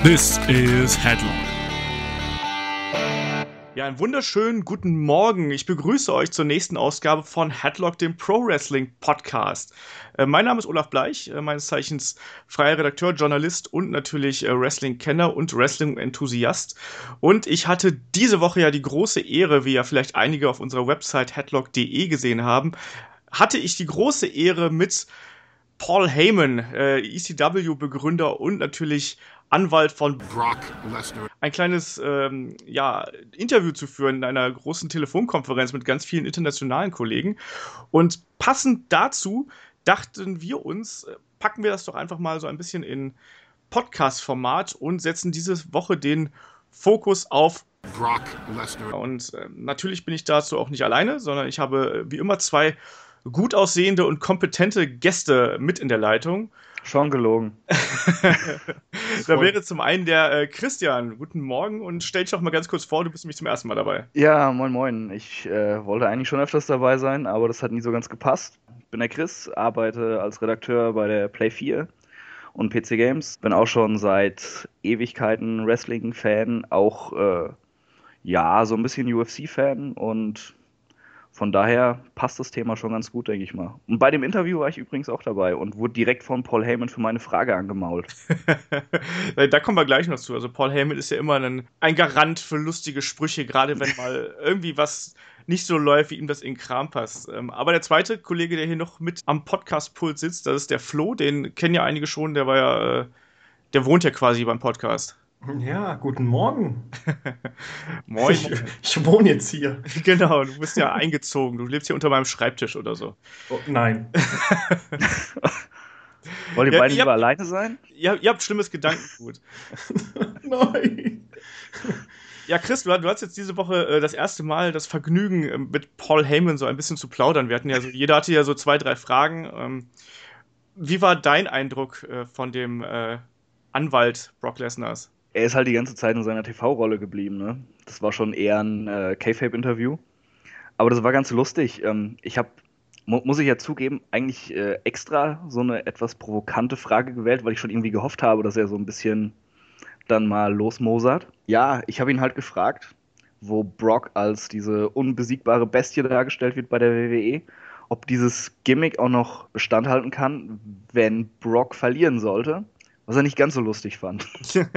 This is Headlock. Ja, einen wunderschönen guten Morgen. Ich begrüße euch zur nächsten Ausgabe von Headlock, dem Pro Wrestling Podcast. Mein Name ist Olaf Bleich, meines Zeichens freier Redakteur, Journalist und natürlich Wrestling-Kenner und Wrestling-Enthusiast. Und ich hatte diese Woche ja die große Ehre, wie ja vielleicht einige auf unserer Website headlock.de gesehen haben, hatte ich die große Ehre mit Paul Heyman, ECW-Begründer und natürlich Anwalt von Brock Lesnar, ein kleines Interview zu führen in einer großen Telefonkonferenz mit ganz vielen internationalen Kollegen. Und passend dazu dachten wir uns, packen wir das doch einfach mal so ein bisschen in Podcast-Format und setzen diese Woche den Fokus auf Brock Lesnar. Und natürlich bin ich dazu auch nicht alleine, sondern ich habe wie immer zwei gut aussehende und kompetente Gäste mit in der Leitung. Schon gelogen. Da wäre zum einen der Christian. Guten Morgen und stell dich doch mal ganz kurz vor, du bist nämlich zum ersten Mal dabei. Ja, moin moin. Ich wollte eigentlich schon öfters dabei sein, aber das hat nie so ganz gepasst. Ich bin der Chris, arbeite als Redakteur bei der Play 4 und PC Games. Bin auch schon seit Ewigkeiten Wrestling-Fan, auch so ein bisschen UFC-Fan und von daher passt das Thema schon ganz gut, denke ich mal. Und bei dem Interview war ich übrigens auch dabei und wurde direkt von Paul Heyman für meine Frage angemault. Da kommen wir gleich noch zu. Also Paul Heyman ist ja immer ein Garant für lustige Sprüche, gerade wenn mal irgendwie was nicht so läuft, wie ihm das in den Kram passt. Aber der zweite Kollege, der hier noch mit am Podcast-Pult sitzt, das ist der Flo. Den kennen ja einige schon. Der wohnt ja quasi beim Podcast. Ja, guten Morgen. Moin. Ich wohne jetzt hier. Genau, du bist ja eingezogen. Du lebst hier unter meinem Schreibtisch oder so. Oh, nein. Wollt ihr beide lieber alleine sein? Ihr habt schlimmes Gedankengut. Nein. Ja, Chris, du hast jetzt diese Woche das erste Mal das Vergnügen, mit Paul Heyman so ein bisschen zu plaudern. Jeder hatte ja so 2, 3 Fragen. Wie war dein Eindruck von dem Anwalt Brock Lesnars? Er ist halt die ganze Zeit in seiner TV-Rolle geblieben, ne? Das war schon eher ein Kayfabe-Interview. Aber das war ganz lustig. Ich habe, muss ich ja zugeben, eigentlich extra so eine etwas provokante Frage gewählt, weil ich schon irgendwie gehofft habe, dass er so ein bisschen dann mal losmosert. Ja, ich habe ihn halt gefragt, wo Brock als diese unbesiegbare Bestie dargestellt wird bei der WWE, ob dieses Gimmick auch noch Bestand halten kann, wenn Brock verlieren sollte. Was er nicht ganz so lustig fand.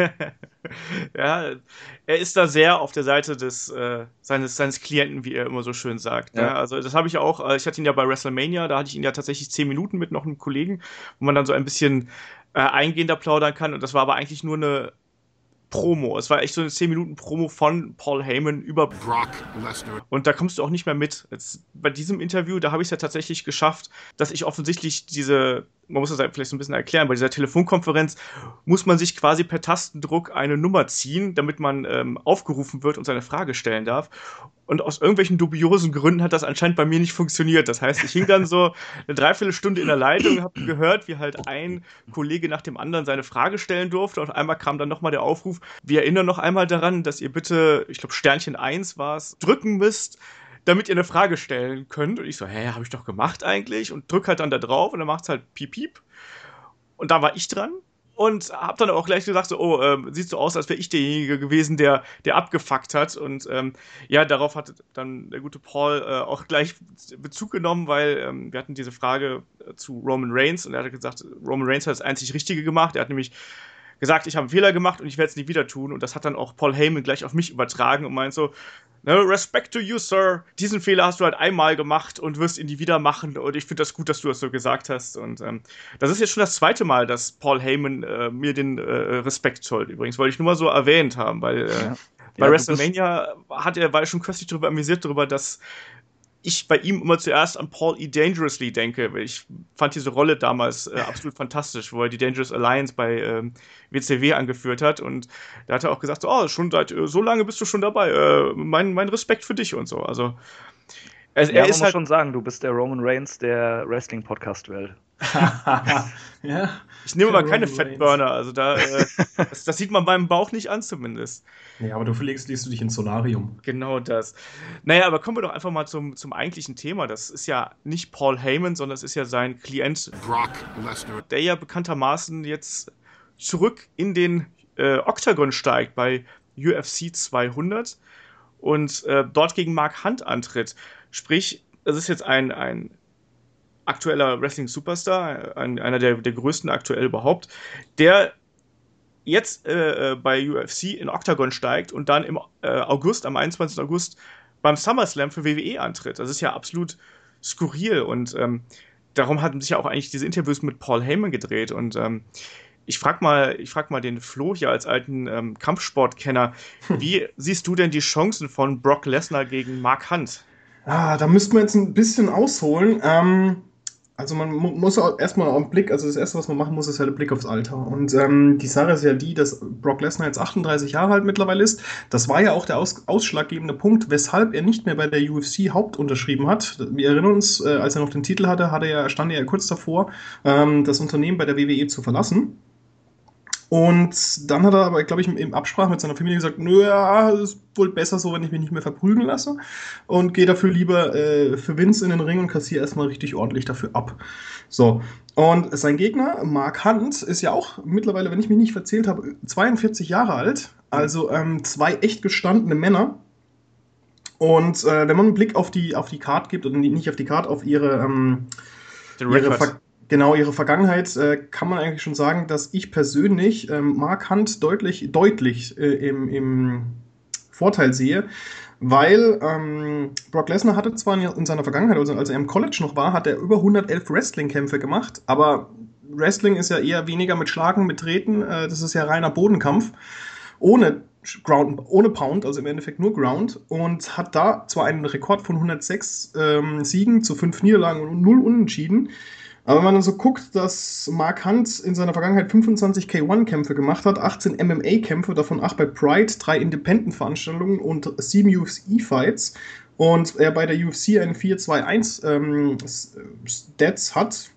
Ja, er ist da sehr auf der Seite seines Klienten, wie er immer so schön sagt. Ja. Ne? Also das habe ich auch, ich hatte ihn ja bei WrestleMania, da hatte ich ihn ja tatsächlich 10 Minuten mit noch einem Kollegen, wo man dann so ein bisschen eingehender plaudern kann. Und das war aber eigentlich nur eine Promo. Es war echt so eine 10-Minuten-Promo von Paul Heyman über Brock Lesnar. Und da kommst du auch nicht mehr mit. Jetzt, bei diesem Interview, da habe ich es ja tatsächlich geschafft, dass ich offensichtlich man muss das vielleicht so ein bisschen erklären, bei dieser Telefonkonferenz muss man sich quasi per Tastendruck eine Nummer ziehen, damit man aufgerufen wird und seine Frage stellen darf. Und aus irgendwelchen dubiosen Gründen hat das anscheinend bei mir nicht funktioniert. Das heißt, ich hing dann so eine Dreiviertelstunde in der Leitung und habe gehört, wie halt ein Kollege nach dem anderen seine Frage stellen durfte. Und einmal kam dann nochmal der Aufruf, wir erinnern noch einmal daran, dass ihr bitte, ich glaube Sternchen 1 war es, drücken müsst, damit ihr eine Frage stellen könnt. Und ich so, habe ich doch gemacht eigentlich? Und drück halt dann da drauf und dann macht's halt piep, piep. Und da war ich dran. Und hab dann auch gleich gesagt, sieht so aus, als wäre ich derjenige gewesen, der abgefuckt hat. Und darauf hat dann der gute Paul auch gleich Bezug genommen, weil wir hatten diese Frage zu Roman Reigns und er hat gesagt, Roman Reigns hat das einzig Richtige gemacht. Er hat nämlich gesagt, ich habe einen Fehler gemacht und ich werde es nie wieder tun. Und das hat dann auch Paul Heyman gleich auf mich übertragen und meint so, respect to you, Sir. Diesen Fehler hast du halt einmal gemacht und wirst ihn nie wieder machen. Und ich finde das gut, dass du das so gesagt hast. Und das ist jetzt schon das zweite Mal, dass Paul Heyman mir den Respekt zollt. Übrigens wollte ich nur mal so erwähnt haben, weil bei WrestleMania war er schon köstlich darüber amüsiert, dass ich bei ihm immer zuerst an Paul E. Dangerously denke. Ich fand diese Rolle damals absolut fantastisch, wo er die Dangerous Alliance bei WCW angeführt hat. Und da hat er auch gesagt, schon seit so lange bist du schon dabei. Mein Respekt für dich und so. Also er ist halt schon sagen, du bist der Roman Reigns der Wrestling-Podcast-Welt. Ja, ich nehme mal keine Fettburner, also das sieht man beim Bauch nicht an zumindest. Ja, aber dafür legst du dich ins Solarium. Genau das. Naja, aber kommen wir doch einfach mal zum eigentlichen Thema. Das ist ja nicht Paul Heyman, sondern es ist ja sein Klient Brock Lesnar, der ja bekanntermaßen jetzt zurück in den Octagon steigt bei UFC 200 und dort gegen Mark Hunt antritt. Sprich, es ist jetzt ein aktueller Wrestling-Superstar, einer der größten aktuell überhaupt, der jetzt bei UFC in Octagon steigt und dann im August, am 21. August, beim SummerSlam für WWE antritt. Das ist ja absolut skurril und darum hatten sich ja auch eigentlich diese Interviews mit Paul Heyman gedreht und ich frag mal den Flo hier als alten Kampfsportkenner, wie siehst du denn die Chancen von Brock Lesnar gegen Mark Hunt? Da müssten wir jetzt ein bisschen ausholen. Also man muss auch erstmal einen Blick, also das Erste, was man machen muss, ist halt der Blick aufs Alter. Und die Sache ist ja die, dass Brock Lesnar jetzt 38 Jahre alt mittlerweile ist. Das war ja auch der ausschlaggebende Punkt, weshalb er nicht mehr bei der UFC Hauptunterschrieben hat. Wir erinnern uns, als er noch den Titel hatte, stand er ja kurz davor, das Unternehmen bei der WWE zu verlassen. Und dann hat er aber, glaube ich, im Absprache mit seiner Familie gesagt, nö, ja, es ist wohl besser so, wenn ich mich nicht mehr verprügeln lasse und gehe dafür lieber für Vince in den Ring und kassiere erstmal richtig ordentlich dafür ab. So, und sein Gegner, Mark Hunt, ist ja auch mittlerweile, wenn ich mich nicht verzählt habe, 42 Jahre alt, also zwei echt gestandene Männer. Und wenn man einen Blick auf die Card gibt, oder nicht auf die Card, auf ihre Vergangenheit, kann man eigentlich schon sagen, dass ich persönlich Mark Hunt deutlich im Vorteil sehe, weil Brock Lesnar hatte zwar in seiner Vergangenheit, also als er im College noch war, hat er über 111 Wrestling-Kämpfe gemacht, aber Wrestling ist ja eher weniger mit Schlagen, mit Treten, das ist ja reiner Bodenkampf, ohne Pound, also im Endeffekt nur Ground, und hat da zwar einen Rekord von 106 Siegen zu 5 Niederlagen und 0 Unentschieden. Aber wenn man dann so guckt, dass Mark Hunt in seiner Vergangenheit 25 K1-Kämpfe gemacht hat, 18 MMA-Kämpfe, davon 8 bei Pride, 3 Independent-Veranstaltungen und 7 UFC-Fights und er bei der UFC einen 4-2-1 Stats hat,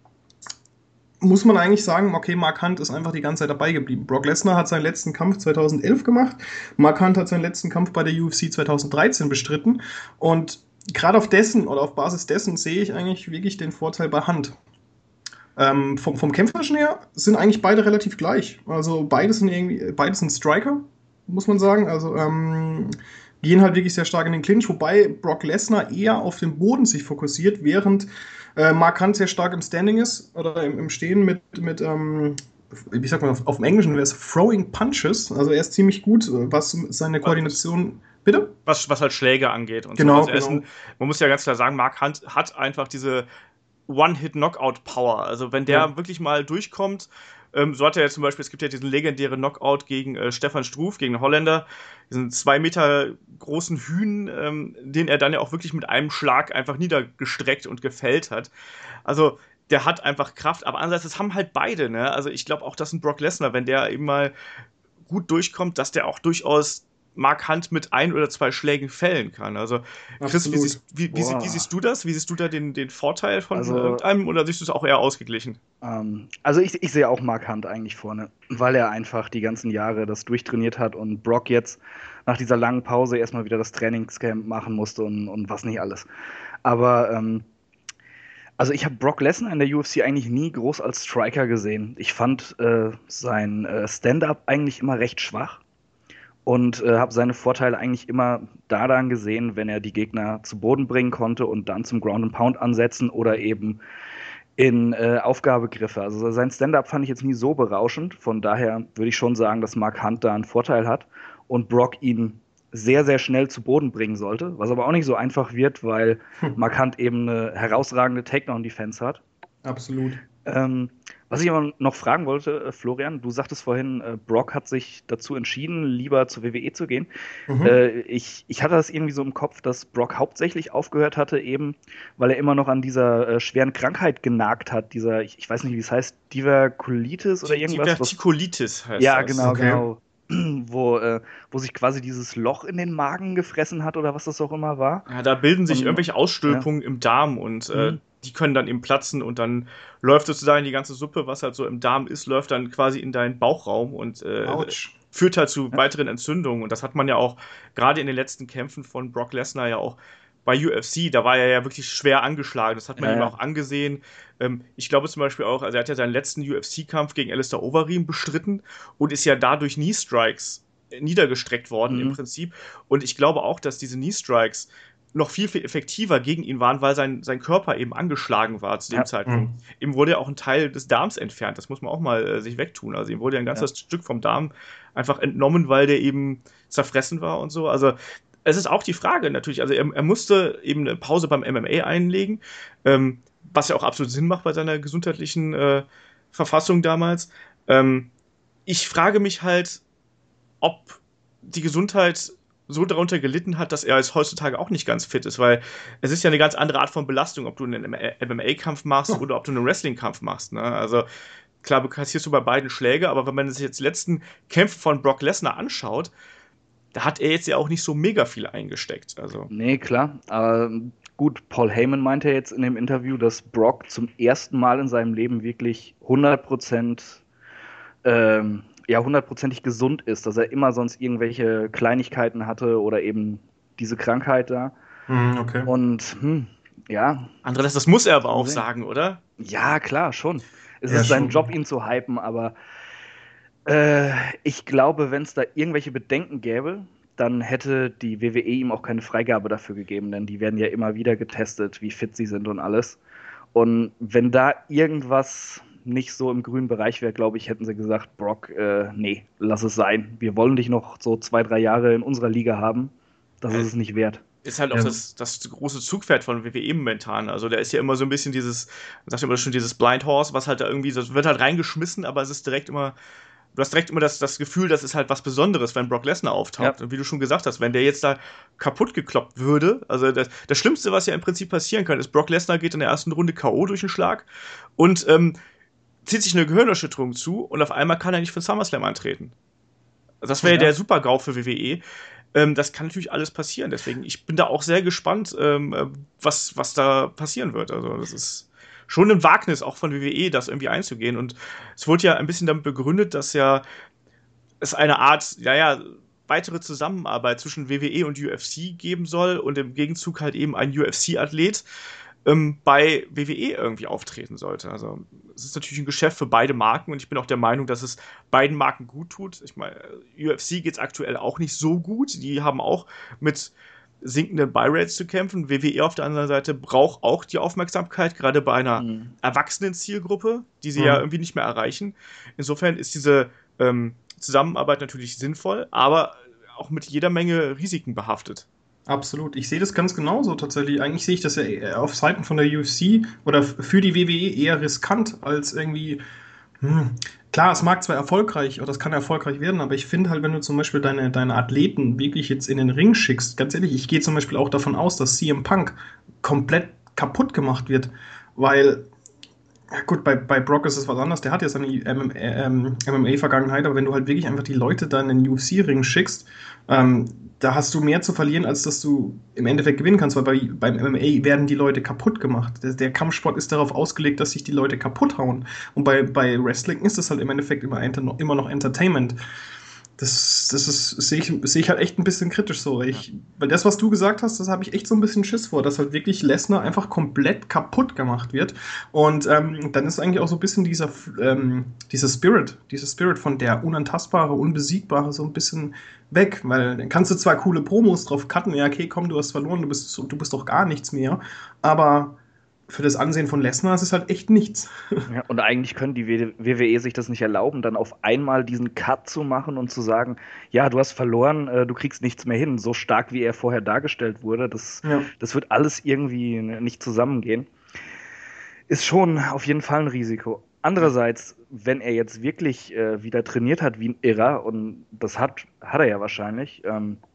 muss man eigentlich sagen, okay, Mark Hunt ist einfach die ganze Zeit dabei geblieben. Brock Lesnar hat seinen letzten Kampf 2011 gemacht, Mark Hunt hat seinen letzten Kampf bei der UFC 2013 bestritten und gerade auf Basis dessen sehe ich eigentlich wirklich den Vorteil bei Hunt. Vom Kämpferischen her sind eigentlich beide relativ gleich. Also beides sind Striker, muss man sagen. Also gehen halt wirklich sehr stark in den Clinch, wobei Brock Lesnar eher auf den Boden sich fokussiert, während Mark Hunt sehr stark im Standing ist oder im Stehen mit wie sagt man auf dem Englischen, wäre es Throwing Punches. Also er ist ziemlich gut, was seine Koordination. Bitte? Was halt Schläge angeht und genau, so. Also man muss ja ganz klar sagen, Mark Hunt hat einfach diese One-Hit-Knockout-Power. Also wenn der wirklich mal durchkommt, so hat er ja zum Beispiel, es gibt ja diesen legendären Knockout gegen Stefan Struve, gegen den Holländer, diesen 2 Meter großen Hühn, den er dann ja auch wirklich mit einem Schlag einfach niedergestreckt und gefällt hat. Also der hat einfach Kraft, aber andererseits, das haben halt beide, ne? Also ich glaube auch, dass ein Brock Lesnar, wenn der eben mal gut durchkommt, dass der auch durchaus Mark Hunt mit 1 oder 2 Schlägen fällen kann. Also, Chris, wie siehst du das? Wie siehst du da den Vorteil von irgendeinem oder siehst du es auch eher ausgeglichen? Also ich sehe auch Mark Hunt eigentlich vorne, weil er einfach die ganzen Jahre das durchtrainiert hat und Brock jetzt nach dieser langen Pause erstmal wieder das Trainingscamp machen musste und was nicht alles. Aber also ich habe Brock Lesnar in der UFC eigentlich nie groß als Striker gesehen. Ich fand sein Stand-up eigentlich immer recht schwach. Und habe seine Vorteile eigentlich immer daran gesehen, wenn er die Gegner zu Boden bringen konnte und dann zum Ground and Pound ansetzen oder eben in Aufgabegriffe. Also sein Stand-up fand ich jetzt nie so berauschend. Von daher würde ich schon sagen, dass Mark Hunt da einen Vorteil hat und Brock ihn sehr, sehr schnell zu Boden bringen sollte. Was aber auch nicht so einfach wird, weil Mark Hunt eben eine herausragende Takedown-Defense hat. Absolut. Was ich aber noch fragen wollte, Florian, du sagtest vorhin, Brock hat sich dazu entschieden, lieber zur WWE zu gehen. Ich hatte das irgendwie so im Kopf, dass Brock hauptsächlich aufgehört hatte, eben, weil er immer noch an dieser schweren Krankheit genagt hat, ich weiß nicht, wie es heißt, Diverkulitis oder irgendwas. Divertikulitis heißt ja, das. genau, Okay. genau. Wo sich quasi dieses Loch in den Magen gefressen hat oder was das auch immer war. Ja, da bilden sich irgendwelche Ausstülpungen im Darm und die können dann eben platzen und dann läuft sozusagen die ganze Suppe, was halt so im Darm ist, läuft dann quasi in deinen Bauchraum und führt halt zu weiteren Entzündungen. Und das hat man ja auch gerade in den letzten Kämpfen von Brock Lesnar ja auch bei UFC, da war er ja wirklich schwer angeschlagen. Das hat man ihm auch angesehen. Ich glaube zum Beispiel auch, also er hat ja seinen letzten UFC-Kampf gegen Alistair Overeem bestritten und ist ja dadurch Knee-Strikes niedergestreckt worden im Prinzip. Und ich glaube auch, dass diese Knee-Strikes noch viel, viel effektiver gegen ihn waren, weil sein Körper eben angeschlagen war zu dem Zeitpunkt. Ihm wurde ja auch ein Teil des Darms entfernt, das muss man auch mal sich wegtun. Also ihm wurde ja ein ganzes Stück vom Darm einfach entnommen, weil der eben zerfressen war und so. Also es ist auch die Frage natürlich, also er musste eben eine Pause beim MMA einlegen, was ja auch absolut Sinn macht bei seiner gesundheitlichen Verfassung damals. Ich frage mich halt, ob die Gesundheit so darunter gelitten hat, dass er jetzt heutzutage auch nicht ganz fit ist, weil es ist ja eine ganz andere Art von Belastung, ob du einen MMA-Kampf machst oder ob du einen Wrestling-Kampf machst. Ne? Also klar, kassierst du bei beiden Schläge, aber wenn man sich jetzt die letzten Kämpfe von Brock Lesnar anschaut, da hat er jetzt ja auch nicht so mega viel eingesteckt. Also. Nee, klar. Gut, Paul Heyman meinte jetzt in dem Interview, dass Brock zum ersten Mal in seinem Leben wirklich 100%ig gesund ist, dass er immer sonst irgendwelche Kleinigkeiten hatte oder eben diese Krankheit da. Okay. Und ja. Andreas, das muss er aber auch sagen, oder? Ja, klar, schon. Es ist sein Job, ihn zu hypen, aber ich glaube, wenn es da irgendwelche Bedenken gäbe, dann hätte die WWE ihm auch keine Freigabe dafür gegeben, denn die werden ja immer wieder getestet, wie fit sie sind und alles. Und wenn da irgendwas nicht so im grünen Bereich wäre, glaube ich, hätten sie gesagt, Brock, nee, lass es sein. Wir wollen dich noch so 2-3 Jahre in unserer Liga haben. Das ist es nicht wert. Ist halt auch das große Zugpferd von WWE momentan. Also der ist ja immer so ein bisschen dieses, sagt immer schon, dieses Blind Horse, was halt da irgendwie, das wird halt reingeschmissen, aber es ist direkt immer, du hast direkt immer das Gefühl, das ist halt was Besonderes, wenn Brock Lesnar auftaucht. Und wie du schon gesagt hast, wenn der jetzt da kaputt gekloppt würde, also das Schlimmste, was ja im Prinzip passieren kann, ist, Brock Lesnar geht in der ersten Runde K.O. durch den Schlag und zieht sich eine Gehirnerschütterung zu und auf einmal kann er nicht für SummerSlam antreten. Das wäre der Super-GAU für WWE. Das kann natürlich alles passieren. Deswegen, ich bin da auch sehr gespannt, was da passieren wird. Also, das ist schon ein Wagnis auch von WWE, das irgendwie einzugehen. Und es wurde ja ein bisschen damit begründet, dass ja es eine Art, weitere Zusammenarbeit zwischen WWE und UFC geben soll und im Gegenzug halt eben ein UFC-Athlet bei WWE irgendwie auftreten sollte. Also es ist natürlich ein Geschäft für beide Marken und ich bin auch der Meinung, dass es beiden Marken gut tut. Ich meine, UFC geht es aktuell auch nicht so gut. Die haben auch mit sinkenden Buy-Rates zu kämpfen. WWE auf der anderen Seite braucht auch die Aufmerksamkeit, gerade bei einer erwachsenen Zielgruppe, die sie ja irgendwie nicht mehr erreichen. Insofern ist diese Zusammenarbeit natürlich sinnvoll, aber auch mit jeder Menge Risiken behaftet. Absolut. Ich sehe das ganz genauso tatsächlich. Eigentlich sehe ich das ja auf Seiten von der UFC oder für die WWE eher riskant als irgendwie. Klar, es mag zwar erfolgreich oder es kann erfolgreich werden, aber ich finde halt, wenn du zum Beispiel deine Athleten wirklich jetzt in den Ring schickst, ganz ehrlich, ich gehe zum Beispiel auch davon aus, dass CM Punk komplett kaputt gemacht wird, weil, ja gut, bei Brock ist es was anderes, der hat ja seine MMA-Vergangenheit, aber wenn du halt wirklich einfach die Leute dann in den UFC-Ring schickst, da hast du mehr zu verlieren, als dass du im Endeffekt gewinnen kannst, weil beim MMA werden die Leute kaputt gemacht. Der Kampfsport ist darauf ausgelegt, dass sich die Leute kaputt hauen. Und bei Wrestling ist das halt im Endeffekt immer noch Entertainment. Sehe ich halt echt ein bisschen kritisch so. Weil das, was du gesagt hast, das habe ich echt so ein bisschen Schiss vor, dass halt wirklich Lesnar einfach komplett kaputt gemacht wird. Und dann ist eigentlich auch so ein bisschen dieser Spirit von der Unantastbare, Unbesiegbare so ein bisschen weg. Weil dann kannst du zwar coole Promos drauf cutten, ja, okay, komm, du hast verloren, du bist doch gar nichts mehr. Aber für das Ansehen von Lesnar ist es halt echt nichts. Ja, und eigentlich können die WWE sich das nicht erlauben, dann auf einmal diesen Cut zu machen und zu sagen, ja, du hast verloren, du kriegst nichts mehr hin. So stark, wie er vorher dargestellt wurde, das wird alles irgendwie nicht zusammengehen. Ist schon auf jeden Fall ein Risiko. Andererseits, wenn er jetzt wirklich wieder trainiert hat wie ein Irrer, und das hat er ja wahrscheinlich,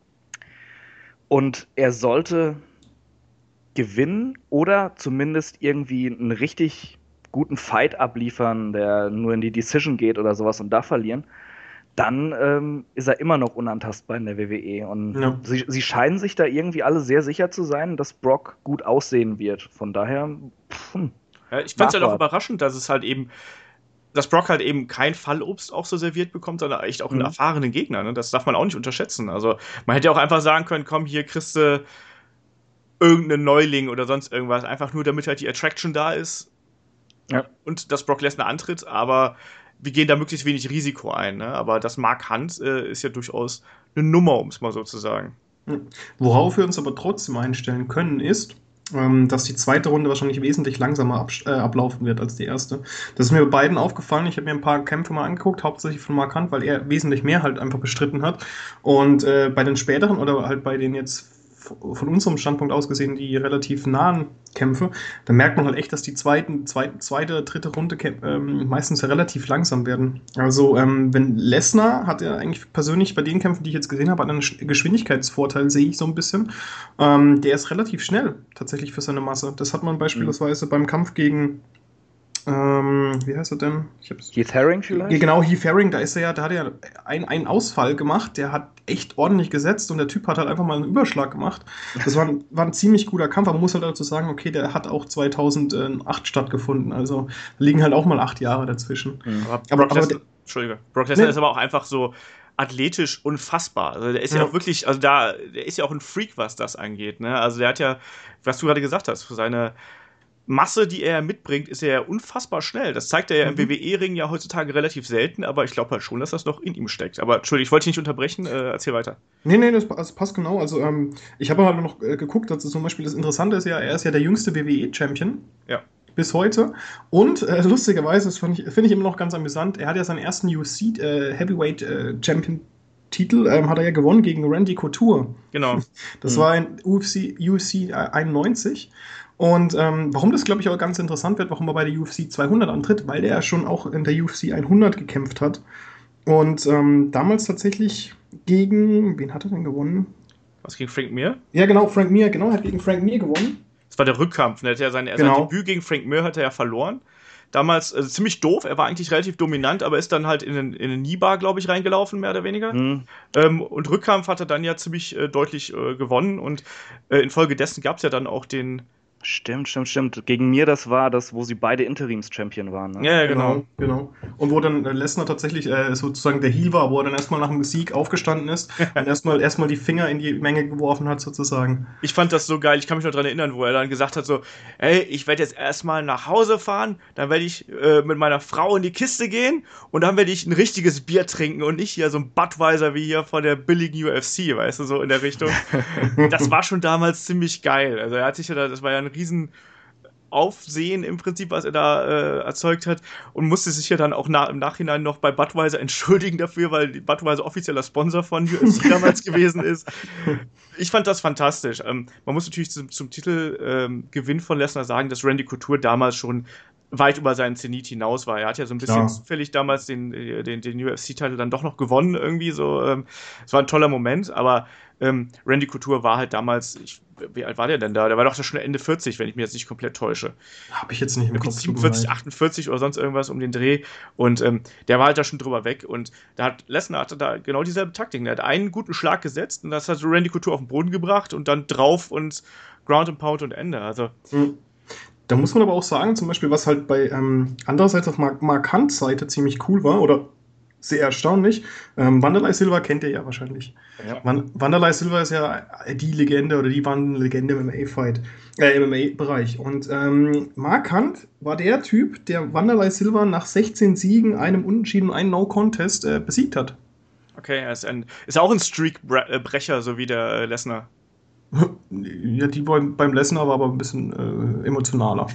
und er sollte gewinnen oder zumindest irgendwie einen richtig guten Fight abliefern, der nur in die Decision geht oder sowas und da verlieren, dann ist er immer noch unantastbar in der WWE. Und sie scheinen sich da irgendwie alle sehr sicher zu sein, dass Brock gut aussehen wird. Von daher, ich fand es halt auch überraschend, dass Brock halt eben kein Fallobst auch so serviert bekommt, sondern echt auch einen erfahrenen Gegner. Ne? Das darf man auch nicht unterschätzen. Also man hätte ja auch einfach sagen können, komm, hier kriegst du irgendein Neuling oder sonst irgendwas, einfach nur damit halt die Attraction da ist und dass Brock Lesnar antritt, aber wir gehen da möglichst wenig Risiko ein, ne? Aber das Mark Hunt ist ja durchaus eine Nummer, um es mal so zu sagen. Worauf wir uns aber trotzdem einstellen können, ist, dass die zweite Runde wahrscheinlich wesentlich langsamer ablaufen wird als die erste. Das ist mir bei beiden aufgefallen. Ich habe mir ein paar Kämpfe mal angeguckt, hauptsächlich von Mark Hunt, weil er wesentlich mehr halt einfach bestritten hat. Und bei den späteren oder halt bei den jetzt von unserem Standpunkt aus gesehen, die relativ nahen Kämpfe, da merkt man halt echt, dass die zweite, dritte Runde meistens relativ langsam werden. Also, wenn Lesnar hat ja eigentlich persönlich bei den Kämpfen, die ich jetzt gesehen habe, einen Geschwindigkeitsvorteil, sehe ich so ein bisschen. Der ist relativ schnell, tatsächlich für seine Masse. Das hat man beispielsweise beim Kampf gegen wie heißt er denn? Heath Herring vielleicht? Genau, Heath Herring, da hat er ja einen Ausfall gemacht, der hat echt ordentlich gesetzt und der Typ hat halt einfach mal einen Überschlag gemacht. Das war ein ziemlich guter Kampf, aber man muss halt dazu sagen, okay, der hat auch 2008 stattgefunden, also da liegen halt auch mal 8 Jahre dazwischen. Brock Lesnar ist aber auch einfach so athletisch unfassbar. Also der ist ja auch wirklich, also der ist ja auch ein Freak, was das angeht, ne? Also der hat ja, was du gerade gesagt hast, für seine Masse, die er mitbringt, ist er ja unfassbar schnell. Das zeigt er ja im WWE-Ring ja heutzutage relativ selten, aber ich glaube halt schon, dass das noch in ihm steckt. Aber Entschuldigung, ich wollte dich nicht unterbrechen, erzähl weiter. Nee, das passt genau. Also ich habe halt noch geguckt, dass zum Beispiel das Interessante ist ja, er ist ja der jüngste WWE-Champion. Ja. Bis heute. Und lustigerweise, das finde ich immer noch ganz amüsant, er hat ja seinen ersten UFC Heavyweight Champion Titel hat er ja gewonnen gegen Randy Couture. Genau. Das war ein UFC 91. Und warum das, glaube ich, auch ganz interessant wird, warum er bei der UFC 200 antritt, weil der ja schon auch in der UFC 100 gekämpft hat. Und damals tatsächlich wen hat er denn gewonnen? Was, gegen Frank Mir? Ja, genau, Frank Mir, hat gegen Frank Mir gewonnen. Das war der Rückkampf, ne? Sein Debüt gegen Frank Mir hat er ja verloren. Damals ziemlich doof, er war eigentlich relativ dominant, aber ist dann halt in eine Kniebar, glaube ich, reingelaufen, mehr oder weniger. Und Rückkampf hat er dann ja ziemlich deutlich gewonnen und infolgedessen gab es ja dann auch den. Stimmt. Gegen Mir, das war das, wo sie beide Interims-Champion waren. Ne? Ja, genau. Und wo dann Lesnar tatsächlich sozusagen der Heel war, wo er dann erstmal nach dem Sieg aufgestanden ist und erstmal die Finger in die Menge geworfen hat, sozusagen. Ich fand das so geil, ich kann mich noch daran erinnern, wo er dann gesagt hat so, ey, ich werde jetzt erstmal nach Hause fahren, dann werde ich mit meiner Frau in die Kiste gehen und dann werde ich ein richtiges Bier trinken und nicht hier so ein Budweiser wie hier von der billigen UFC, weißt du, so in der Richtung. Das war schon damals ziemlich geil. Also er hat sich ja das war ja ein riesen Aufsehen im Prinzip, was er da erzeugt hat und musste sich ja dann auch im Nachhinein noch bei Budweiser entschuldigen dafür, weil die Budweiser offizieller Sponsor von UFC damals gewesen ist. Ich fand das fantastisch. Man muss natürlich zum Titelgewinn von Lesnar sagen, dass Randy Couture damals schon weit über seinen Zenit hinaus war. Er hat ja so ein bisschen zufällig damals den UFC-Titel dann doch noch gewonnen irgendwie so. Es war ein toller Moment, aber Randy Couture war halt damals, wie alt war der denn da? Der war doch schon Ende 40, wenn ich mich jetzt nicht komplett täusche. Habe ich jetzt nicht im Kopf. 47, 48 oder sonst irgendwas um den Dreh. Und der war halt da schon drüber weg. Und Lesnar hatte da genau dieselbe Taktik. Er hat einen guten Schlag gesetzt und das hat Randy Couture auf den Boden gebracht und dann drauf und Ground and Pound und Ende. Also. Da muss man aber auch sagen, zum Beispiel, was halt bei andererseits auf Mark Hunts Seite ziemlich cool war, oder sehr erstaunlich. Wanderlei Silva kennt ihr ja wahrscheinlich. Ja. Wanderlei Silva ist ja die Legende oder die Legende im MMA-Bereich. Und Mark Hunt war der Typ, der Wanderlei Silva nach 16 Siegen, einem Unentschieden und einem No-Contest besiegt hat. Okay, er ist auch ein Streak-Brecher, so wie der Lesnar. Ja, die beim Lesnar war aber ein bisschen emotionaler.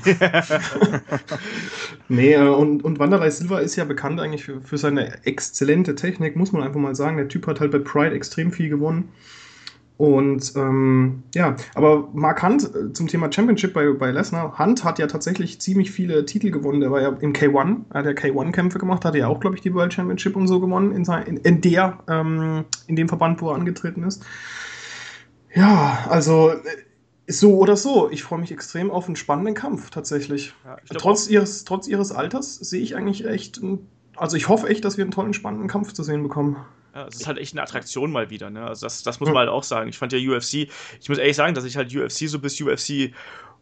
Nee, und Wanderlei Silva ist ja bekannt eigentlich für seine exzellente Technik, muss man einfach mal sagen. Der Typ hat halt bei Pride extrem viel gewonnen. Und ja, aber Mark Hunt zum Thema Championship bei Lesnar. Hunt hat ja tatsächlich ziemlich viele Titel gewonnen. Der war ja im K1, er hat ja K1-Kämpfe gemacht, hatte ja auch, glaube ich, die World Championship und so gewonnen in dem Verband, wo er angetreten ist. Ja, also so oder so. Ich freue mich extrem auf einen spannenden Kampf, tatsächlich. Ja, trotz ihres Alters sehe ich eigentlich echt, also ich hoffe echt, dass wir einen tollen, spannenden Kampf zu sehen bekommen. Ja, es ist halt echt eine Attraktion mal wieder, ne? Also das muss man halt auch sagen. Ich fand ja UFC, ich muss ehrlich sagen, dass ich halt UFC so bis UFC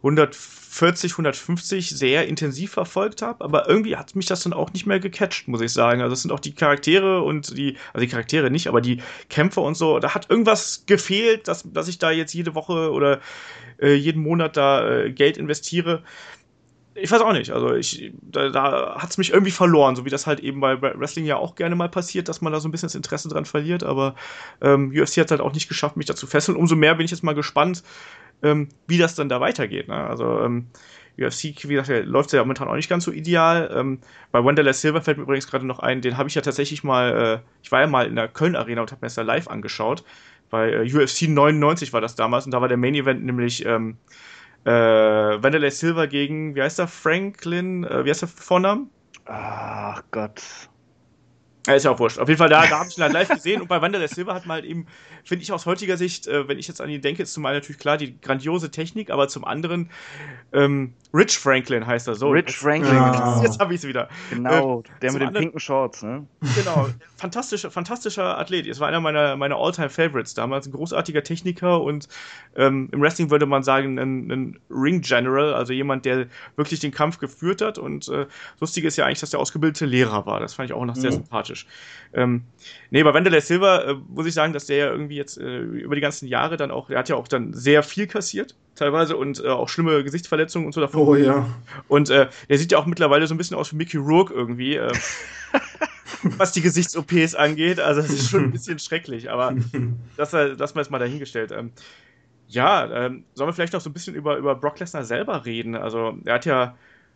140, 150 sehr intensiv verfolgt habe, aber irgendwie hat mich das dann auch nicht mehr gecatcht, muss ich sagen. Also es sind auch die Charaktere und also die Charaktere nicht, aber die Kämpfe und so, da hat irgendwas gefehlt, dass ich da jetzt jede Woche oder jeden Monat da Geld investiere. Ich weiß auch nicht, also da hat es mich irgendwie verloren, so wie das halt eben bei Wrestling ja auch gerne mal passiert, dass man da so ein bisschen das Interesse dran verliert, aber UFC hat halt auch nicht geschafft, mich dazu fesseln. Umso mehr bin ich jetzt mal gespannt, wie das dann da weitergeht. Ne? Also UFC, wie gesagt, läuft ja momentan auch nicht ganz so ideal. Bei Wanderlei Silva fällt mir übrigens gerade noch ein, den habe ich ja tatsächlich mal, ich war ja mal in der Köln Arena und habe mir das da live angeschaut. Bei UFC 99 war das damals und da war der Main Event nämlich Wanderlei Silva gegen, wie heißt der, Franklin, wie heißt der Vornamen? Ach Gott. Ja, ist ja auch wurscht. Auf jeden Fall, da habe ich ihn halt live gesehen und bei Wanderlei Silva hat man halt eben, finde ich aus heutiger Sicht, wenn ich jetzt an ihn denke, ist zum einen natürlich klar die grandiose Technik, aber zum anderen Rich Franklin heißt er so. Rich Franklin. Jetzt habe ich es wieder. Genau, der mit den pinken Shorts, ne? Genau, fantastischer Athlet. Es war einer meiner All-Time-Favorites damals. Ein großartiger Techniker und im Wrestling würde man sagen, ein Ring-General, also jemand, der wirklich den Kampf geführt hat. Und lustig ist ja eigentlich, dass der ausgebildete Lehrer war. Das fand ich auch noch sehr sympathisch. Nee, bei Wanderlei Silva muss ich sagen, dass der ja irgendwie jetzt über die ganzen Jahre dann auch, der hat ja auch dann sehr viel kassiert, teilweise, und auch schlimme Gesichtsverletzungen und so davon. Oh ja. Und der sieht ja auch mittlerweile so ein bisschen aus wie Mickey Rourke irgendwie, was die Gesichts-OPs angeht. Also das ist schon ein bisschen schrecklich, aber das wir jetzt mal dahingestellt. Sollen wir vielleicht noch so ein bisschen über Brock Lesnar selber reden? Also er hat ja